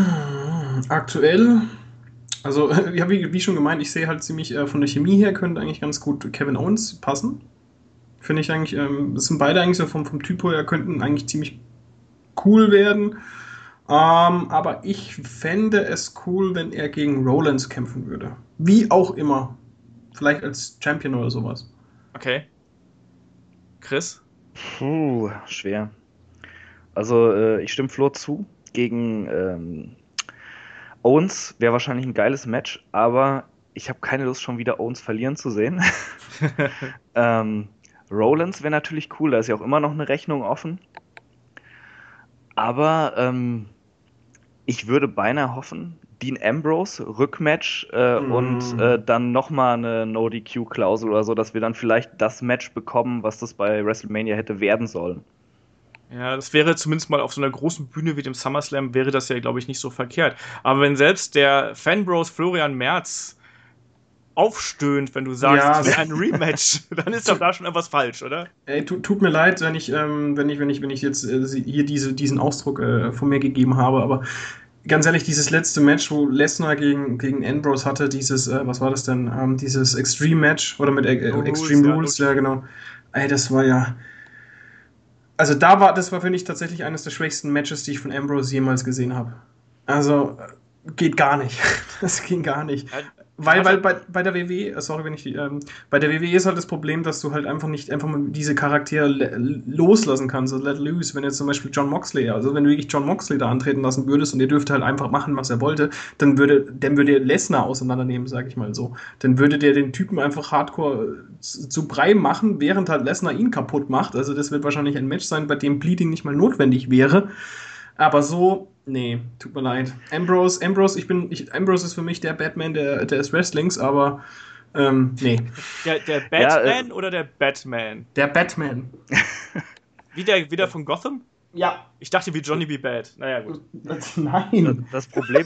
Aktuell, also wie schon gemeint, ich sehe halt ziemlich von der Chemie her könnte eigentlich ganz gut Kevin Owens passen. Finde ich eigentlich, das sind beide eigentlich so vom Typ her, könnten eigentlich ziemlich cool werden. Aber ich fände es cool, wenn er gegen Rollins kämpfen würde. Wie auch immer. Vielleicht als Champion oder sowas. Okay. Chris? Schwer. Also ich stimme Flo zu. Gegen Owens wäre wahrscheinlich ein geiles Match, aber ich habe keine Lust, schon wieder Owens verlieren zu sehen. Rollins wäre natürlich cool, da ist ja auch immer noch eine Rechnung offen. Aber ich würde beinahe hoffen, Dean Ambrose, Rückmatch und dann nochmal eine No-DQ-Klausel oder so, dass wir dann vielleicht das Match bekommen, was das bei WrestleMania hätte werden sollen. Ja, das wäre zumindest mal auf so einer großen Bühne wie dem SummerSlam, wäre das ja, glaube ich, nicht so verkehrt. Aber wenn selbst der Fanbros Florian Merz aufstöhnt, wenn du sagst, Ja, es wäre ein Rematch, dann ist doch da schon etwas falsch, oder? ey, tut mir leid, wenn ich jetzt hier diesen Ausdruck von mir gegeben habe, aber ganz ehrlich, dieses letzte Match, wo Lesnar gegen Ambrose hatte, was war das denn? Dieses Extreme Match oder mit No Extreme ja, Rules, no ja genau. Ey, also das war für mich tatsächlich eines der schwächsten Matches, die ich von Ambrose jemals gesehen habe. Also geht gar nicht. Das ging gar nicht. Ja, Weil bei der WWE, sorry, bei der WWE ist halt das Problem, dass du halt einfach mal diese Charaktere loslassen kannst, also let loose. Wenn jetzt zum Beispiel John Moxley, also wenn du wirklich John Moxley da antreten lassen würdest und der dürfte halt einfach machen, was er wollte, dann würde Lesnar auseinandernehmen, sag ich mal so. Dann würde der den Typen einfach hardcore zu Brei machen, während halt Lesnar ihn kaputt macht. Also das wird wahrscheinlich ein Match sein, bei dem Bleeding nicht mal notwendig wäre. Aber so, nee, tut mir leid. Ambrose, Ambrose ist für mich der Batman des Wrestlings, aber nee. Der Ja, Batman oder der Batman? Der Batman. Wieder von Gotham? Ja. Ich dachte wie Johnny B. Bad. Naja, gut. Nein. das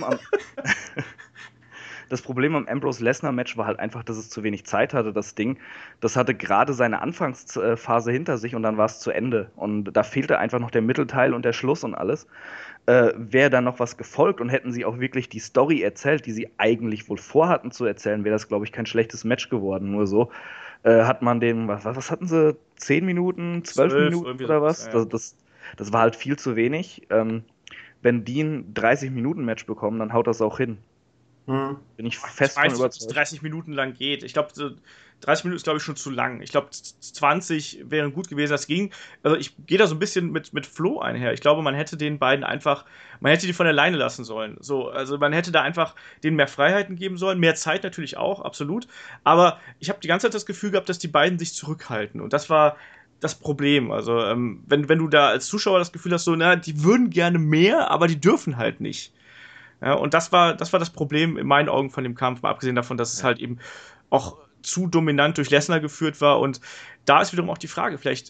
Problem am Ambrose-Lesnar-Match war halt einfach, dass es zu wenig Zeit hatte, das Ding. Das hatte gerade seine Anfangsphase hinter sich und dann war es zu Ende. Und da fehlte einfach noch der Mittelteil und der Schluss und alles. Wäre dann noch was gefolgt und hätten sie auch wirklich die Story erzählt, die sie eigentlich wohl vorhatten zu erzählen, wäre das, glaube ich, kein schlechtes Match geworden. Nur so hat man den, was hatten sie? 10 Minuten, 12 Minuten oder was? Ja. Das war halt viel zu wenig. Wenn die ein 30-Minuten-Match bekommen, dann haut das auch hin. Bin ich fest von Ich weiß nicht, ob es überzeugt. 30 Minuten lang geht. Ich glaube, so 30 Minuten ist, glaube ich, schon zu lang. Ich glaube, 20 wären gut gewesen. Das ging. Also, ich gehe da so ein bisschen mit Flo einher. Ich glaube, man hätte den beiden einfach, man hätte die von alleine lassen sollen. So, also, man hätte da einfach denen mehr Freiheiten geben sollen. Mehr Zeit natürlich auch, absolut. Aber ich habe die ganze Zeit das Gefühl gehabt, dass die beiden sich zurückhalten. Und das war das Problem. Also, wenn du da als Zuschauer das Gefühl hast, so, na, die würden gerne mehr, aber die dürfen halt nicht. Ja, und das war das Problem in meinen Augen von dem Kampf, mal abgesehen davon, dass es halt eben auch zu dominant durch Lesnar geführt war. Und da ist wiederum auch die Frage, vielleicht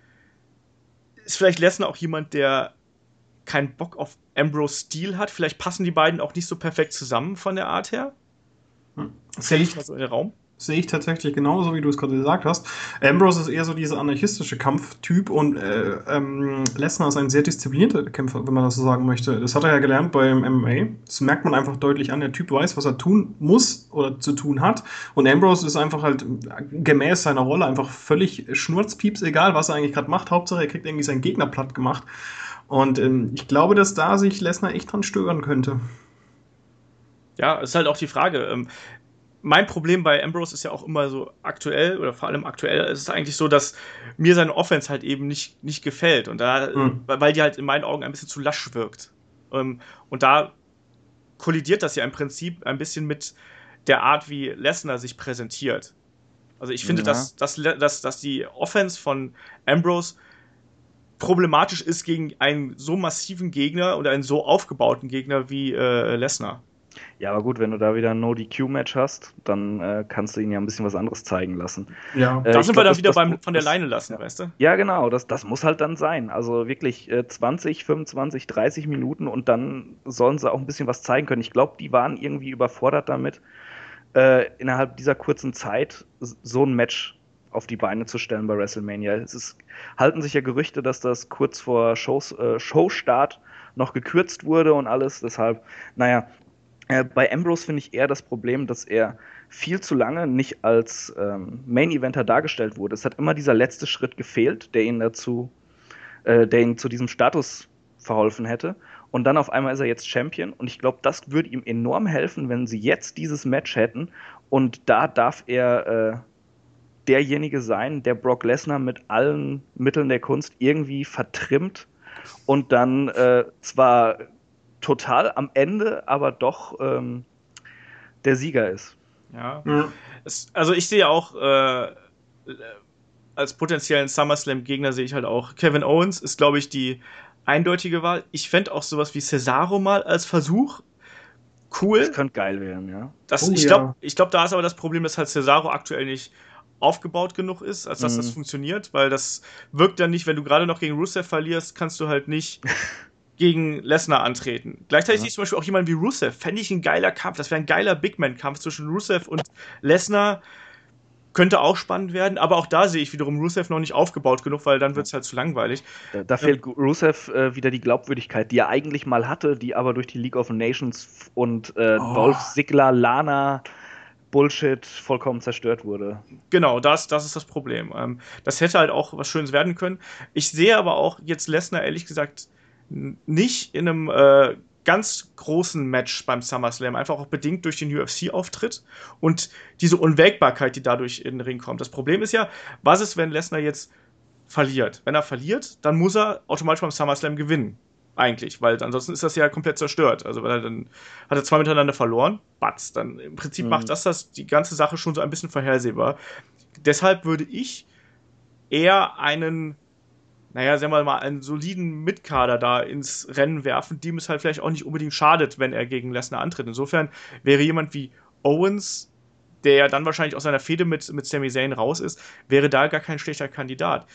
ist Lesnar auch jemand, der keinen Bock auf Ambrose-Stil hat. Vielleicht passen die beiden auch nicht so perfekt zusammen von der Art her. Sehe ich, Mal so in den Raum. sehe ich tatsächlich genauso, wie du es gerade gesagt hast. Ambrose ist eher so dieser anarchistische Kampftyp und Lesnar ist ein sehr disziplinierter Kämpfer, wenn man das so sagen möchte. Das hat er ja gelernt beim MMA. Das merkt man einfach deutlich an. Der Typ weiß, was er tun muss oder zu tun hat. Und Ambrose ist einfach halt gemäß seiner Rolle einfach völlig schnurzpieps, egal was er eigentlich gerade macht. Hauptsache, er kriegt irgendwie seinen Gegner platt gemacht. Und ich glaube, dass da sich Lesnar echt dran stören könnte. Ja, ist halt auch die Frage. Mein Problem bei Ambrose ist ja auch immer so aktuell, oder vor allem aktuell, ist es eigentlich so, dass mir seine Offense halt eben nicht gefällt. Und da, weil die halt in meinen Augen ein bisschen zu lasch wirkt. Und da kollidiert das ja im Prinzip ein bisschen mit der Art, wie Lesnar sich präsentiert. Also ich finde, Ja. dass die Offense von Ambrose problematisch ist gegen einen so massiven Gegner oder einen so aufgebauten Gegner wie Lesnar. Ja, aber gut, wenn du da wieder ein No-DQ-Match hast, dann kannst du ihn ja ein bisschen was anderes zeigen lassen. Ja. Da Ich sind wir glaub, dann wieder von der Leine lassen, ja. weißt du? Ja, genau, das muss halt dann sein. Also wirklich 20, 25, 30 Minuten und dann sollen sie auch ein bisschen was zeigen können. Ich glaube, die waren irgendwie überfordert damit, innerhalb dieser kurzen Zeit so ein Match auf die Beine zu stellen bei WrestleMania. Halten sich ja Gerüchte, dass das kurz vor Showstart noch gekürzt wurde und alles. Deshalb, naja, bei Ambrose finde ich eher das Problem, dass er viel zu lange nicht als Main-Eventer dargestellt wurde. Es hat immer dieser letzte Schritt gefehlt, der ihn zu diesem Status verholfen hätte. Und dann auf einmal ist er jetzt Champion. Und ich glaube, das würde ihm enorm helfen, wenn sie jetzt dieses Match hätten. Und da darf er derjenige sein, der Brock Lesnar mit allen Mitteln der Kunst irgendwie vertrimmt und dann zwar total am Ende, aber doch der Sieger ist. Ja. Also ich sehe auch als potenziellen SummerSlam-Gegner sehe ich halt auch Kevin Owens ist, glaube ich, die eindeutige Wahl. Ich fände auch sowas wie Cesaro mal als Versuch cool. Das könnte geil werden, ja. Ich glaube, da ist aber das Problem, dass halt Cesaro aktuell nicht aufgebaut genug ist, als dass das funktioniert, weil das wirkt dann nicht, wenn du gerade noch gegen Rusev verlierst, kannst du halt nicht gegen Lesnar antreten. Gleichzeitig sehe ich zum Beispiel auch jemanden wie Rusev, fände ich ein geiler Kampf, das wäre ein geiler Big-Man-Kampf zwischen Rusev und Lesnar, könnte auch spannend werden, aber auch da sehe ich wiederum Rusev noch nicht aufgebaut genug, weil dann wird es halt zu langweilig. Da fehlt Rusev wieder die Glaubwürdigkeit, die er eigentlich mal hatte, die aber durch die League of Nations und Dolph Ziggler, Lana Bullshit vollkommen zerstört wurde. Genau, das ist das Problem. Das hätte halt auch was Schönes werden können. Ich sehe aber auch jetzt Lesnar ehrlich gesagt nicht in einem ganz großen Match beim SummerSlam, einfach auch bedingt durch den UFC-Auftritt und diese Unwägbarkeit, die dadurch in den Ring kommt. Das Problem ist ja, was ist, wenn Lesnar jetzt verliert? Wenn er verliert, dann muss er automatisch beim SummerSlam gewinnen. Eigentlich, weil ansonsten ist das ja komplett zerstört. Also, weil dann hat er 2 miteinander verloren, batz, dann im Prinzip macht das die ganze Sache schon so ein bisschen vorhersehbar. Deshalb würde ich eher einen sagen wir mal, einen soliden Mitkader da ins Rennen werfen, dem es halt vielleicht auch nicht unbedingt schadet, wenn er gegen Lesnar antritt. Insofern wäre jemand wie Owens, der ja dann wahrscheinlich aus seiner Fehde mit Sami Zayn raus ist, wäre da gar kein schlechter Kandidat.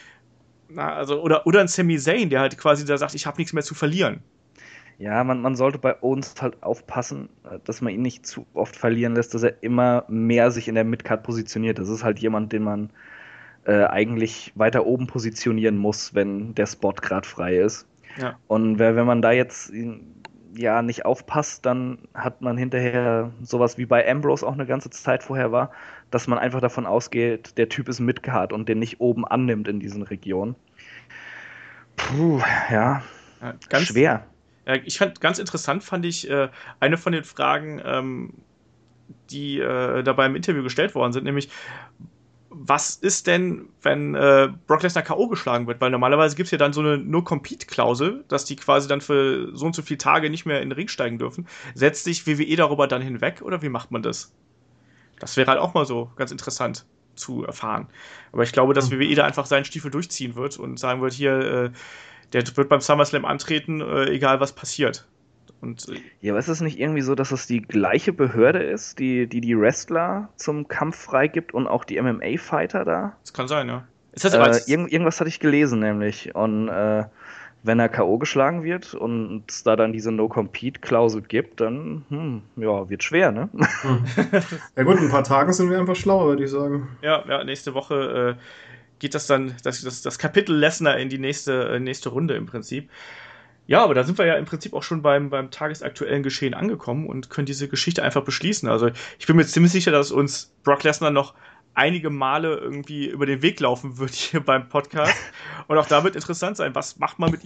Oder ein Sami Zayn, der halt quasi da sagt, ich habe nichts mehr zu verlieren. Ja, man sollte bei Owens halt aufpassen, dass man ihn nicht zu oft verlieren lässt, dass er immer mehr sich in der Midcard positioniert. Das ist halt jemand, den man eigentlich weiter oben positionieren muss, wenn der Spot gerade frei ist. Ja. Und wenn man da jetzt nicht aufpasst, dann hat man hinterher sowas wie bei Ambrose auch eine ganze Zeit vorher war, dass man einfach davon ausgeht, der Typ ist Midcard und den nicht oben annimmt in diesen Regionen. Ganz schwer. Ich fand ganz interessant, fand ich eine von den Fragen, die dabei im Interview gestellt worden sind, nämlich was ist denn, wenn Brock Lesnar K.O. geschlagen wird? Weil normalerweise gibt es ja dann so eine No-Compete-Klausel, dass die quasi dann für so und so viele Tage nicht mehr in den Ring steigen dürfen. Setzt sich WWE darüber dann hinweg oder wie macht man das? Das wäre halt auch mal so ganz interessant zu erfahren. Aber ich glaube, dass WWE da einfach seinen Stiefel durchziehen wird und sagen wird, hier, der wird beim SummerSlam antreten, egal was passiert. Aber ist es nicht irgendwie so, dass es die gleiche Behörde ist, die Wrestler zum Kampf freigibt und auch die MMA-Fighter da? Das kann sein, ja. Irgendwas hatte ich gelesen, nämlich. Und wenn er K.O. geschlagen wird und es da dann diese No-Compete-Klausel gibt, dann wird schwer, ne? Ja gut, in ein paar Tagen sind wir einfach schlauer, würde ich sagen. Ja, nächste Woche geht das dann, das Kapitel Lesnar in die nächste Runde im Prinzip. Ja, aber da sind wir ja im Prinzip auch schon beim tagesaktuellen Geschehen angekommen und können diese Geschichte einfach beschließen. Also ich bin mir ziemlich sicher, dass uns Brock Lesnar noch einige Male irgendwie über den Weg laufen wird hier beim Podcast. Und auch da wird interessant sein, was macht man mit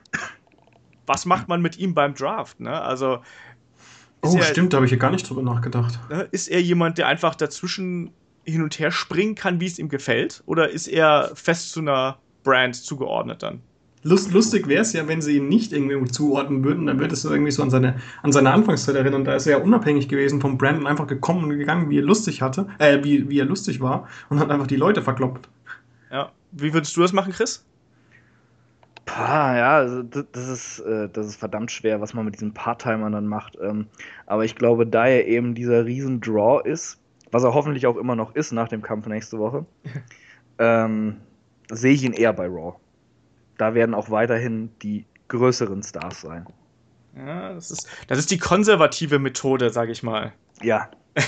ihm beim Draft, ne? Also stimmt, da habe ich hier gar nicht drüber nachgedacht. Ist er jemand, der einfach dazwischen hin und her springen kann, wie es ihm gefällt? Oder ist er fest zu einer Brand zugeordnet dann? Lustig wäre es ja, wenn sie ihn nicht irgendwie zuordnen würden, dann würde es irgendwie so an seine Anfangszeit erinnern. Da ist er ja unabhängig gewesen vom Brand und einfach gekommen und gegangen, wie er lustig war und hat einfach die Leute verkloppt. Ja, wie würdest du das machen, Chris? Also das ist verdammt schwer, was man mit diesen Part-Timern dann macht. Aber ich glaube, da er eben dieser riesen Draw ist, was er hoffentlich auch immer noch ist nach dem Kampf nächste Woche, sehe ich ihn eher bei Raw. Da werden auch weiterhin die größeren Stars sein. Ja, das ist die konservative Methode, sage ich mal. Ja.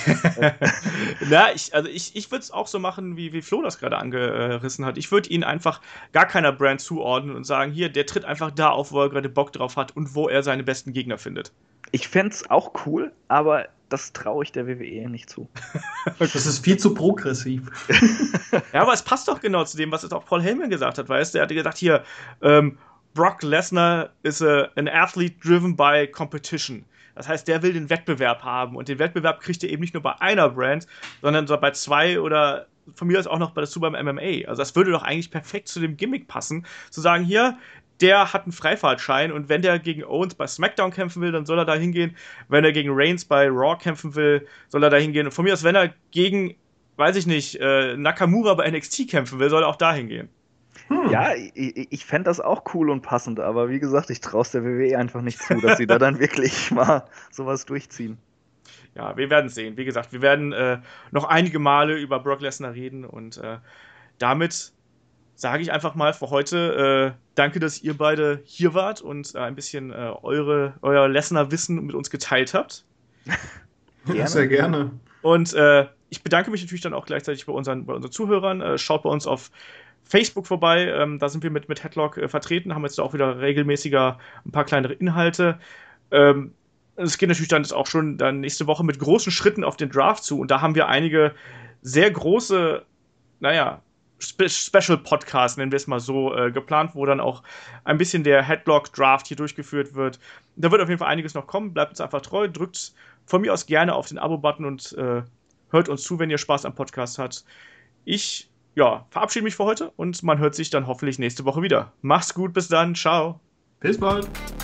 Ich würde es auch so machen, wie Flo das gerade angerissen hat. Ich würde ihn einfach gar keiner Brand zuordnen und sagen, hier, der tritt einfach da auf, wo er gerade Bock drauf hat und wo er seine besten Gegner findet. Ich fände es auch cool, aber das traue ich der WWE nicht zu. Das ist viel zu progressiv. Ja, aber es passt doch genau zu dem, was jetzt auch Paul Heyman gesagt hat, weißt du? Er hatte gesagt, hier, Brock Lesnar is an athlete driven by competition. Das heißt, der will den Wettbewerb haben und den Wettbewerb kriegt er eben nicht nur bei einer Brand, sondern so bei 2 oder von mir aus auch noch dazu beim MMA. Also das würde doch eigentlich perfekt zu dem Gimmick passen, zu sagen, hier, der hat einen Freifahrtschein und wenn der gegen Owens bei SmackDown kämpfen will, dann soll er da hingehen. Wenn er gegen Reigns bei Raw kämpfen will, soll er da hingehen. Und von mir aus, wenn er gegen, weiß ich nicht, Nakamura bei NXT kämpfen will, soll er auch da hingehen. Ja, ich fände das auch cool und passend, aber wie gesagt, ich traue es der WWE einfach nicht zu, dass sie da dann wirklich mal sowas durchziehen. Ja, wir werden sehen. Wie gesagt, wir werden noch einige Male über Brock Lesnar reden und damit sage ich einfach mal für heute danke, dass ihr beide hier wart und ein bisschen euer Lesnar-Wissen mit uns geteilt habt. Gerne. Sehr gerne. Und ich bedanke mich natürlich dann auch gleichzeitig bei unseren Zuhörern. Schaut bei uns auf Facebook vorbei, da sind wir mit Headlock vertreten, haben jetzt auch wieder regelmäßiger ein paar kleinere Inhalte. Es geht natürlich dann auch schon dann nächste Woche mit großen Schritten auf den Draft zu und da haben wir einige sehr große, Special-Podcasts, nennen wir es mal so, geplant, wo dann auch ein bisschen der Headlock-Draft hier durchgeführt wird. Da wird auf jeden Fall einiges noch kommen, bleibt uns einfach treu, drückt von mir aus gerne auf den Abo-Button und hört uns zu, wenn ihr Spaß am Podcast habt. Ich verabschiede mich für heute und man hört sich dann hoffentlich nächste Woche wieder. Macht's gut, bis dann, ciao. Bis bald.